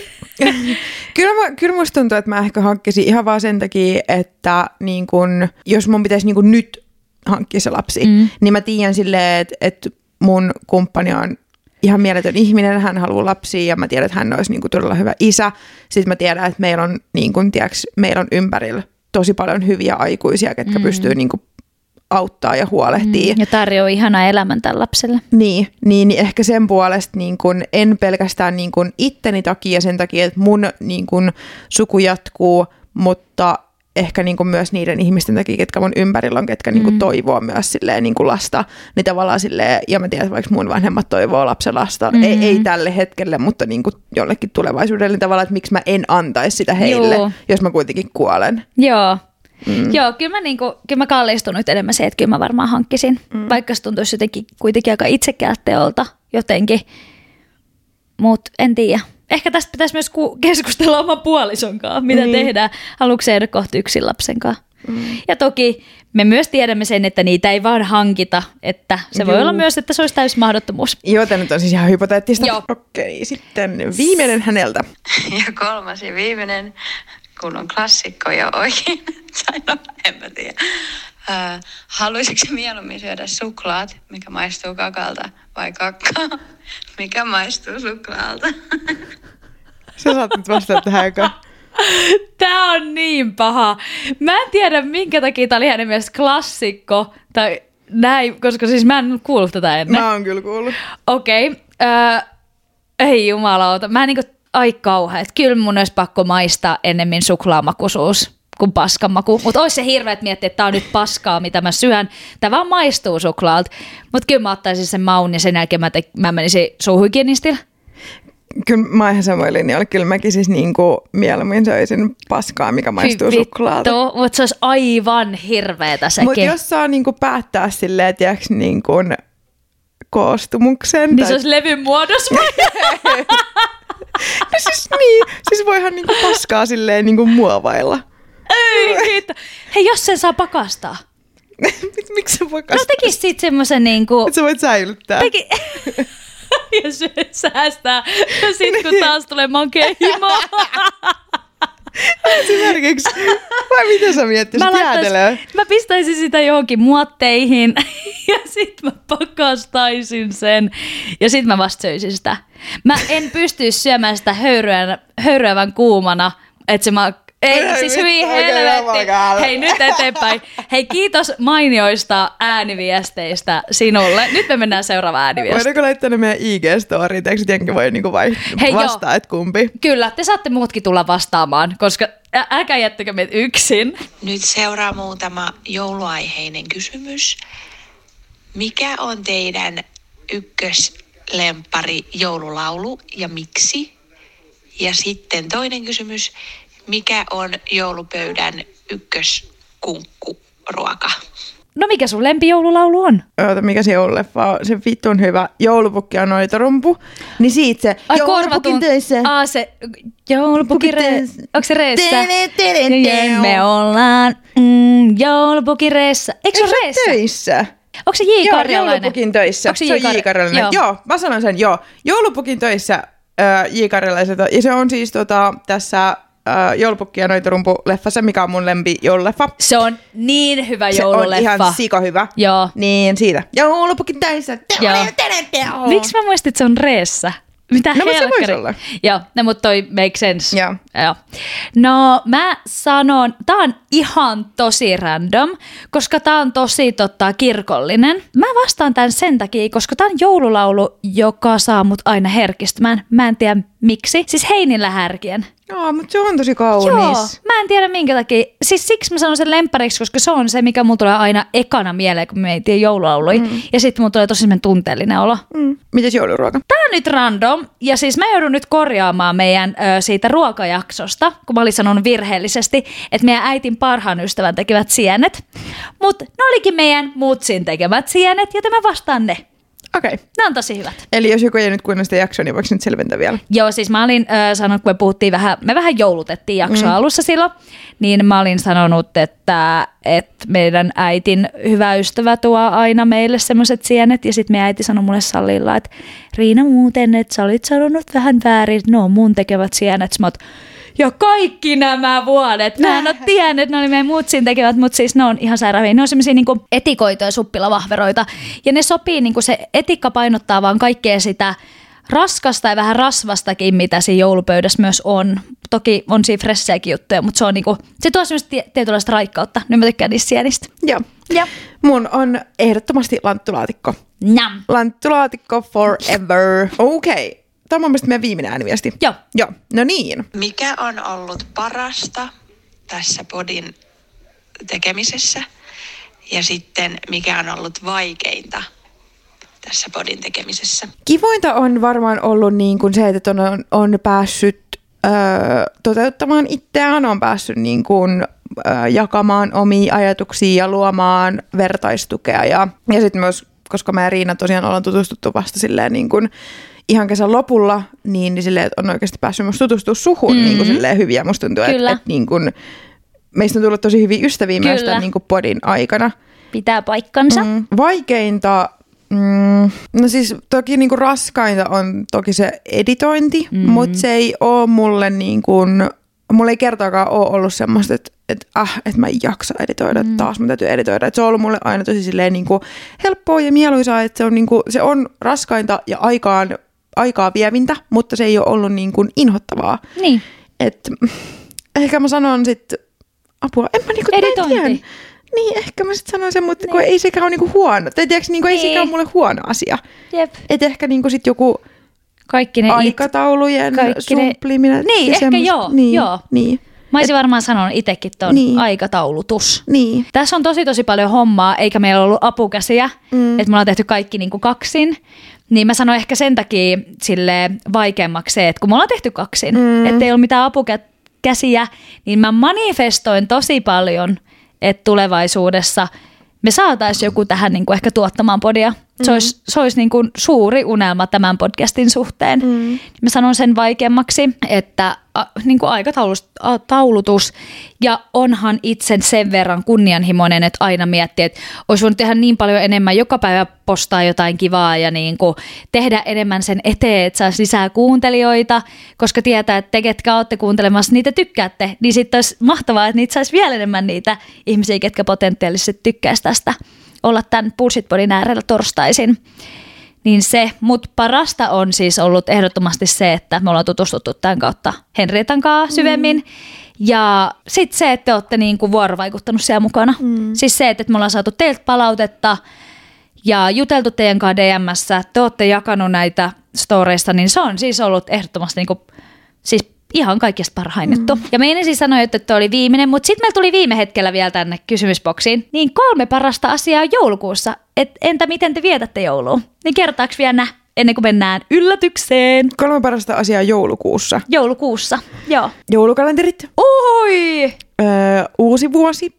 kyllä, mä, kyllä musta tuntuu, että mä ehkä hankkisin ihan vaan sen takia, että niin kun, jos mun pitäisi niin kun nyt hankkia se lapsi, mm. niin mä tiedän silleen, että, että mun kumppani on ihan mieletön ihminen, hän haluaa lapsia ja mä tiedän, että hän olisi niin kun todella hyvä isä. Sitten mä tiedän, että meillä on, niin kun, tiedätkö, meillä on ympärillä tosi paljon hyviä aikuisia, ketkä mm. pystyy niin kun auttaa ja huolehtii. Mm, ja tarjoaa ihanaa elämän tälle lapselle. Niin, niin, niin ehkä sen puolesta niin kun, en pelkästään niin kun itteni takia sen takia, että mun niin kun, suku jatkuu, mutta ehkä niin kun, myös niiden ihmisten takia, ketkä mun ympärillä on, ketkä mm. niin kun, toivoo myös silleen, niin kun, lasta. Niin tavallaan silleen, ja mä tiedän, että vaikka mun vanhemmat toivoo lapsen lasta, mm-hmm. ei, ei tälle hetkelle, mutta niin kun, jollekin tulevaisuudelle, niin tavallaan, että miksi mä en antaisi sitä heille, Joo. jos mä kuitenkin kuolen. Joo. Mm. Joo, kyllä mä, niinku, kyllä mä kallistun nyt enemmän se, että kyllä mä varmaan hankkisin, mm. vaikka se tuntuisi jotenkin kuitenkin aika itsekäältä teolta jotenkin, mutta en tiedä. Ehkä tästä pitäisi myös ku- keskustella oman puolison kanssa, mitä mm. tehdään. Haluatko se kohta yksin lapsen kanssa? Mm. Ja toki me myös tiedämme sen, että niitä ei vaan hankita, että se Juu. voi olla myös, että se olisi täysin mahdottomuus. Joo, tämä nyt on siis ihan hypoteettista. Joo. Okei, sitten viimeinen häneltä. Ja kolmas ja viimeinen, kun on klassikko jo oikein. Tai no, en mä tiedä. Äh, haluaisitko mieluummin syödä suklaat, mikä maistuu kakalta, vai kakkaa, mikä maistuu suklaalta? Sä saat nyt vastata tähän aikaan. Tää on niin paha. Mä en tiedä, minkä takia tää oli hänen mielestä klassikko, tai näin, koska siis mä en kuullut tätä ennen. Mä oon kyllä kuullut. Okei. Okay. Äh, ei jumalauta. Mä en niinku, ai kauheat. Kyllä mun olisi pakko maistaa ennemmin suklaamakuisuus kuin paskanmaku. Mutta olisi se hirveä, että miettiä, että tää on nyt paskaa, mitä mä syön. Tää vaan maistuu suklaalta. Mutta kyllä mä ottaisin sen maun ja sen jälkeen mä, te- mä menisin suuhygienistillä. Kyllä mä ihan samoin linjalla. Kyllä mäkin siis niinku mieluummin söisin paskaa, mikä maistuu Vittu, suklaalta. Mutta se olisi aivan hirveetä sekin. Mutta jos saa niinku päättää silleen, tiedätkö, niinku koostumuksen. Niin tai... se olisi levyn muodossa. No siis niin, siis voihan niinku paskaa silleen niinku muovailla. Ei kiitos. Hei, jos sen saa pakastaa. Miksi sä pakastaa? No tekis sit semmosen niinku... Et sä voit säilyttää. Teki... ja se säästää. Ja sit kun taas tulee makea himo. Esimerkiksi. Vai mitä sä miettisit jäätelöä? Mä pistäisin sitä johonkin muotteihin ja sit mä pakastaisin sen ja sit mä vasta söisin sitä. Mä en pystyisi syömään sitä höyryä, höyryävän kuumana, että se ma- Ei, siis hyvin helvetti. Hei, nyt eteenpäin. Hei, kiitos mainioista ääniviesteistä sinulle. Nyt me mennään seuraavaan ääniviestiin. Voidaanko laittaa ne meidän I G-storiin? Eikö jenkin voi niinku vai- Hei, vastaa, joo. että kumpi? Kyllä, te saatte muutkin tulla vastaamaan, koska ä- älkää jättäkö meitä yksin. Nyt seuraa muutama jouluaiheinen kysymys. Mikä on teidän ykköslempari joululaulu ja miksi? Ja sitten toinen kysymys. Mikä on joulupöydän ykköskunkkuruoka? No mikä sun lempijoululaulu on? Oota, mikä se joululeffa on? Se vitun hyvä. Joulupukki on noitorumpu. Niin siitä se Ai, joulupukin töissä. Aa se joulupukin reessä. Onko se reessä? Me ollaan mm, joulupukin reessä. Eikö se ole reessä? Töissä. Onko se J. Karjalainen? Joo, joulupukin töissä. Onko se, se on J. Karjalainen. Joo. joo, mä sanon sen, joo. Joulupukin töissä äh, J. Karjalaiselta. Ja se on siis tota, tässä äh, Joulupukki ja Noiturumpu-leffassa, mikä on mun lempi joululeffa. Se on niin hyvä Se joululeffa. on ihan sika hyvä. Joo. Niin siitä. Joulupukki täissä. Miksi mä muistin, että se on Reessä? Mitä No, mutta se helkkari? voisi olla. Joo, no, mutta toi make sense. Joo. Joo. No mä sanon, tää on ihan tosi random, koska tää on tosi tota, kirkollinen. Mä vastaan tän sen takia, koska tää on joululaulu, joka saa mut aina herkistymään. Mä en tiedä miksi. Siis Heinillä härkien. Joo, mutta se on tosi kaunis. Joo, mä en tiedä minkä takia. Siis siksi mä sanon sen lemppariksi, koska se on se, mikä mulla tulee aina ekana mieleen, kun me ei tiedä joululauluja. Mm. Ja sitten mulla tulee tosi semmoinen tunteellinen olo. Mm. Mites jouluruoka? Tää on nyt random, ja siis mä joudun nyt korjaamaan meidän ö, siitä ruokajaksosta, kun mä olin sanonut virheellisesti, että meidän äitin parhaan ystävän tekevät sienet. Mutta ne olikin meidän mutsin tekemät sienet, joten mä vastaan ne. Okei. Okay. Ne on tosi hyvät. Eli jos joku ei nyt kuunnella sitä jaksoa, niin voiko nyt selventää vielä? Joo, siis mä olin ö, sanonut, kun me puhuttiin vähän, me vähän joulutettiin jaksoa mm. alussa silloin, niin mä olin sanonut, että, että meidän äitin hyvä ystävä tuo aina meille semmoiset sienet, ja sitten meidän äiti sanoi mulle salilla, että Riina muuten, että sä olit sanonut vähän väärin, no mun tekevät sienet, mä oot, ja kaikki nämä vuodet. Mä en ole tiennyt, että ne oli meidän mutsin tekevät, mutta siis ne on ihan sairaan. Ne on semmoisia niinku etikoitoja, suppilavahveroita. Ja ne sopii, niinku se etikka painottaa vaan kaikkea sitä raskasta ja vähän rasvastakin, mitä siinä joulupöydässä myös on. Toki on siinä fressejäkin juttuja, mutta se on niinku, se tuo semmoista tietynlaista raikkautta. Nyt mä tykkään niistä sienistä. Joo. Ja. Mun on ehdottomasti lanttulaatikko. Nam. Lanttulaatikko forever. Okei. Okay. Tämä on mun mielestä meidän viimeinen ääniviesti. Joo. Joo, no niin. Mikä on ollut parasta tässä podin tekemisessä ja sitten mikä on ollut vaikeinta tässä podin tekemisessä? Kivointa on varmaan ollut niin kuin se, että on, on päässyt öö, toteuttamaan itseään, on päässyt niin kuin, öö, jakamaan omia ajatuksia ja luomaan vertaistukea. Ja, ja sitten myös, koska mä ja Riina tosiaan ollaan tutustuttu vasta silleen niin kuin ihan kesän lopulla, niin, niin silleen, että on oikeasti päässyt myös tutustua suhun mm-hmm. niin kuin silleen hyviä. Musta tuntuu, että, että niin kuin, meistä on tullut tosi hyviä ystäviä myös tämän niin kuin podin aikana. Pitää paikkansa. Mm, vaikeinta, mm, no siis toki niin kuin raskainta on toki se editointi, mm-hmm. mutta se ei ole mulle niin kuin, mulla ei kertaakaan ole ollut semmoista, että että äh, et mä en jaksa editoida, mm. taas mä täytyy editoida. Et se on ollut mulle aina tosi silleen niin kuin helppoa ja mieluisaa, että se on, niin kuin, se on raskainta ja aikaan, aikaa vievintä, mutta se ei ole ollut niin kuin inhottavaa. Niin. Et, ehkä mä sanon sitten, apua, en mä niinku editointi. Tiedä. Niin, ehkä mä sitten sanon sen, mutta niin. ei sekään ole niinku huono. Tai tiedätkö, niinku, niin. ei sekään ole mulle huono asia. Jep. Että ehkä niinku sit joku kaikki ne aikataulujen sumpliminen. Ne... Niin, ehkä semmoista. joo. Niin, joo. Niin. Mä olisin varmaan sanonut itsekin ton niin. aikataulutus. Niin. Tässä on tosi tosi paljon hommaa, eikä meillä ollut apukäsiä, mm. että me ollaan tehty kaikki niin kuin kaksin. Niin mä sanoin ehkä sen takia sille vaikeammaksi se, että kun me ollaan tehty kaksin, mm. ettei ole mitään apukäsiä, niin mä manifestoin tosi paljon, että tulevaisuudessa me saataisiin joku tähän niin kuin ehkä tuottamaan podia. Se mm. olisi, se olisi niin kuin suuri unelma tämän podcastin suhteen. Mm. Mä sanon sen vaikeammaksi, että a, niin kuin aikataulutus ja onhan itse sen verran kunnianhimoinen, että aina miettii, että olisi voinut tehdä niin paljon enemmän, joka päivä postaa jotain kivaa ja niin kuin tehdä enemmän sen eteen, että saisi lisää kuuntelijoita, koska tietää, että te, ketkä olette kuuntelemassa, niitä tykkäätte, niin sitten olisi mahtavaa, että niitä saisi vielä enemmän niitä ihmisiä, ketkä potentiaalisesti tykkäisi tästä olla tämän Bullshit-podin äärellä torstaisin. Niin se, mutta parasta on siis ollut ehdottomasti se, että me ollaan tutustuttu tämän kautta Henrietan kanssa syvemmin. Mm. Ja sitten se, että te olette niinku vuorovaikuttanut siellä mukana. Mm. Siis se, että me ollaan saatu teiltä palautetta ja juteltu teidän kanssa D M:ssä, te olette jakanut näitä storeista, niin se on siis ollut ehdottomasti niinku, siis ihan kaikista parhain mm. juttu. Ja meidän siis sanoi, että tämä oli viimeinen, mutta sitten meillä tuli viime hetkellä vielä tänne kysymysboksiin. Niin kolme parasta asiaa joulukuussa. Et entä miten te vietätte joulua? Niin kertaaks vielä nää, ennen kuin mennään yllätykseen. Kolme parasta asiaa joulukuussa. Joulukuussa, joo. Joulukalenterit. Oi! Öö, uusi vuosi.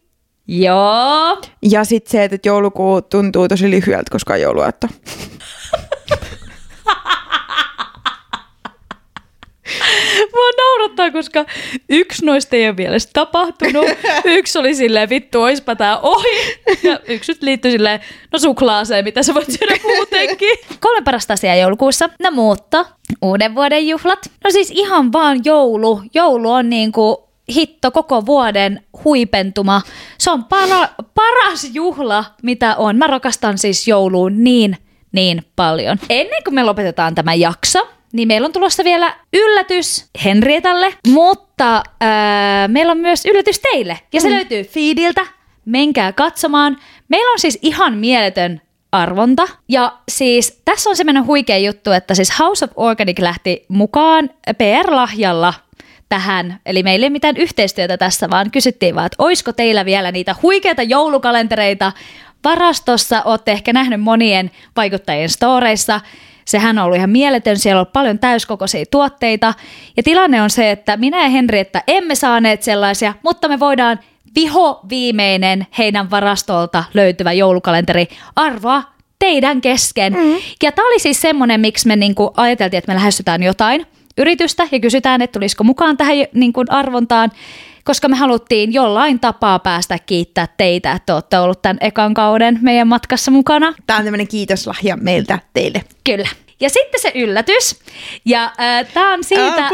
Joo. Ja sitten se, että joulukuu tuntuu tosi lyhyeltä, koska on jouluaatto. Mua naurattaa, koska yksi noista ei ole vielä tapahtunut. Yksi oli silleen, vittu, oispa tää ohi. Ja yksi nyt liittyi silleen, no suklaaseen, mitä sä voit syödä muutenkin. Kolme parasta asiaa joulukuussa. No muutto, uuden vuoden juhlat. No siis ihan vaan joulu. Joulu on niinku hitto koko vuoden huipentuma. Se on para, paras juhla, mitä on. Mä rakastan siis jouluun niin, niin paljon. Ennen kuin me lopetetaan tämä jakso, niin meillä on tulossa vielä yllätys Henrietalle, mutta ää, meillä on myös yllätys teille. Ja se mm. löytyy feediltä. Menkää katsomaan. Meillä on siis ihan mieletön arvonta. Ja siis tässä on semmoinen huikea juttu, että siis House of Organic lähti mukaan P R-lahjalla tähän. Eli meillä ei mitään yhteistyötä tässä, vaan kysyttiin vaan, että olisiko teillä vielä niitä huikeita joulukalentereita varastossa. Olette ehkä nähnyt monien vaikuttajien storeissa. Sehän on ollut ihan mieletön, siellä on paljon täyskokoisia tuotteita. Ja tilanne on se, että minä ja Henrietta emme saaneet sellaisia, mutta me voidaan viho viimeinen heidän varastolta löytyvä joulukalenteri arvoa teidän kesken. Mm. Ja tämä oli siis semmoinen, miksi me niinku ajateltiin, että me lähestytään jotain yritystä ja kysytään, että tulisiko mukaan tähän niinku arvontaan, koska me haluttiin jollain tapaa päästä kiittää teitä, että olette ollut tämän ekan kauden meidän matkassa mukana. Tämä on tämmöinen kiitoslahja meiltä teille. Kyllä. Ja sitten se yllätys. Ja äh, tämä on,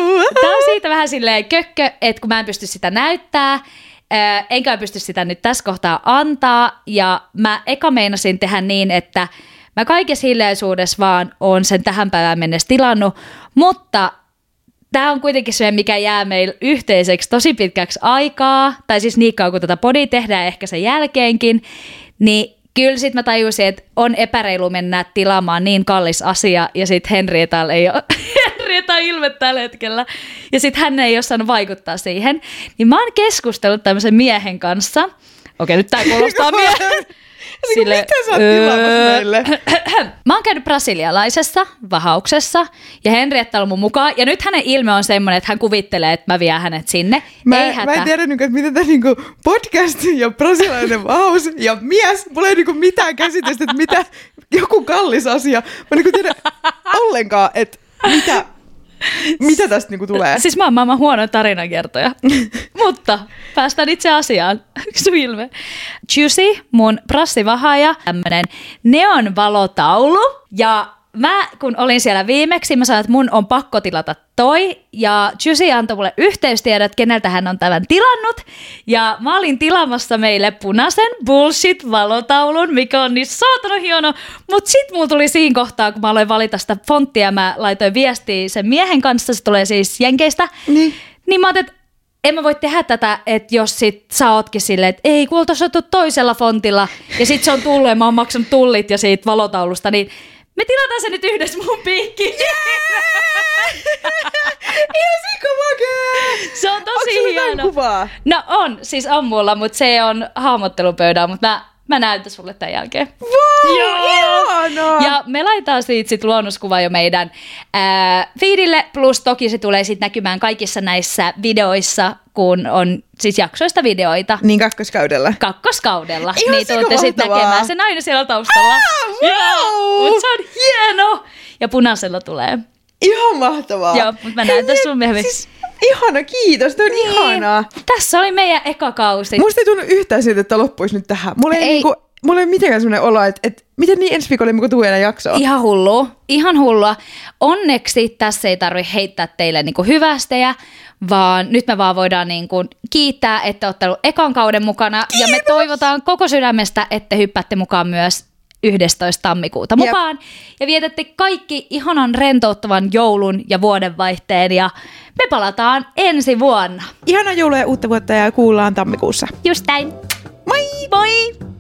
on siitä vähän silleen kökkö, että kun mä en pysty sitä näyttää, äh, enkä pysty sitä nyt tässä kohtaa antaa. Ja mä eka meinasin tehdä niin, että mä kaikessa hiljaisuudessa vaan oon sen tähän päivään mennessä tilannut, mutta tämä on kuitenkin se, mikä jää meillä yhteiseksi tosi pitkäksi aikaa, tai siis niin kauan, kun tätä podia tehdään, ehkä sen jälkeenkin, niin kyllä sitten mä tajusin, että on epäreilu mennä tilaamaan niin kallis asia, ja sitten Henrietalla ei ole Henrietta ilme tällä hetkellä, ja sitten hän ei ole saanut vaikuttaa siihen. Niin mä oon keskustellut tämmöisen miehen kanssa. Okei, nyt tää kuulostaa miehen. Sille, mitä sä oot tilaamassa meille? Mä oon käynyt brasilialaisessa vahauksessa ja Henrietta on mun mukaan. Ja nyt hänen ilme on semmoinen, että hän kuvittelee, että mä vien hänet sinne. Mä, ei mä en tiedä, että miten tämä niinku podcast ja brasilialainen vahaus ja mies, mulla ei niinku mitään käsitystä, että mitä joku kallis asia. Mä niinku tiedän ollenkaan, että mitä... Mitä tästä niinku tulee? Siis mä oon maailman huono tarinankertoja. Mutta päästään itse asiaan. Sun ilme. Juicy, mun prassivahaaja, tämmönen neonvalotaulu. Ja mä, kun olin siellä viimeksi, mä sanoin, että mun on pakko tilata toi. Ja Juicy antoi mulle yhteystiedot, keneltä hän on tämän tilannut. Ja mä olin tilaamassa meille punaisen bullshit-valotaulun, mikä on niin saatana hieno. Mut sit mulla tuli siinä kohtaa, kun mä aloin valita sitä fonttia, mä laitoin viestiä sen miehen kanssa, se tulee siis Jenkeistä. Niin, niin mä ajattelin, että en mä voi tehdä tätä, että jos sit sä ootkin silleen, että ei, kun oltais oltu toisella fontilla. Ja sit se on tullut ja mä oon maksanut tullit ja siitä valotaulusta, niin me tilataan se nyt yhdessä mun piikkiin. Yeah! Ihan sikamakee! Se on tosi Onko hieno. Kuvaa? No on, siis on mulla, mutta se on hahmottelupöydää, mutta mä, mä näytän sulle tämän jälkeen. Wow, ihanaa! Ja me laitetaan siitä sit luonnoskuva jo meidän ää, feedille, plus toki se tulee sit näkymään kaikissa näissä videoissa, kun on siis jaksoista videoita. Niin kakkoskaudella. Kakkoskaudella. Ihan niin tuutte sitten näkemään sen aina siellä taustalla. Ah, wow! Mutta se on hieno! Ja punaisella tulee. Ihan mahtavaa. Joo, mutta mä näytän sun myöhemmin. Siis, ihana, kiitos. Tämä on niin. Ihanaa. Tässä oli meidän eka kausi. Musta ei tunnu yhtään siltä, että loppuisi nyt tähän. Mulla ei, ei. Niinku, mulla ei mitenkään sellainen olo, että, että miten niin ensi viikolla ei tuu enää jaksoa. Ihan hullu. Ihan hullua. Onneksi tässä ei tarvitse heittää teille niinku hyvästejä, vaan nyt me vaan voidaan niinku kiittää, että olette ollut ekan kauden mukana. Kiitos. Ja me toivotaan koko sydämestä, että hyppäätte mukaan myös yhdestoista tammikuuta mukaan. Jep. Ja vietätte kaikki ihanan rentouttavan joulun ja vuodenvaihteen ja me palataan ensi vuonna. Ihanaa joulua ja uutta vuotta ja kuullaan tammikuussa. Just näin. Moi! Moi!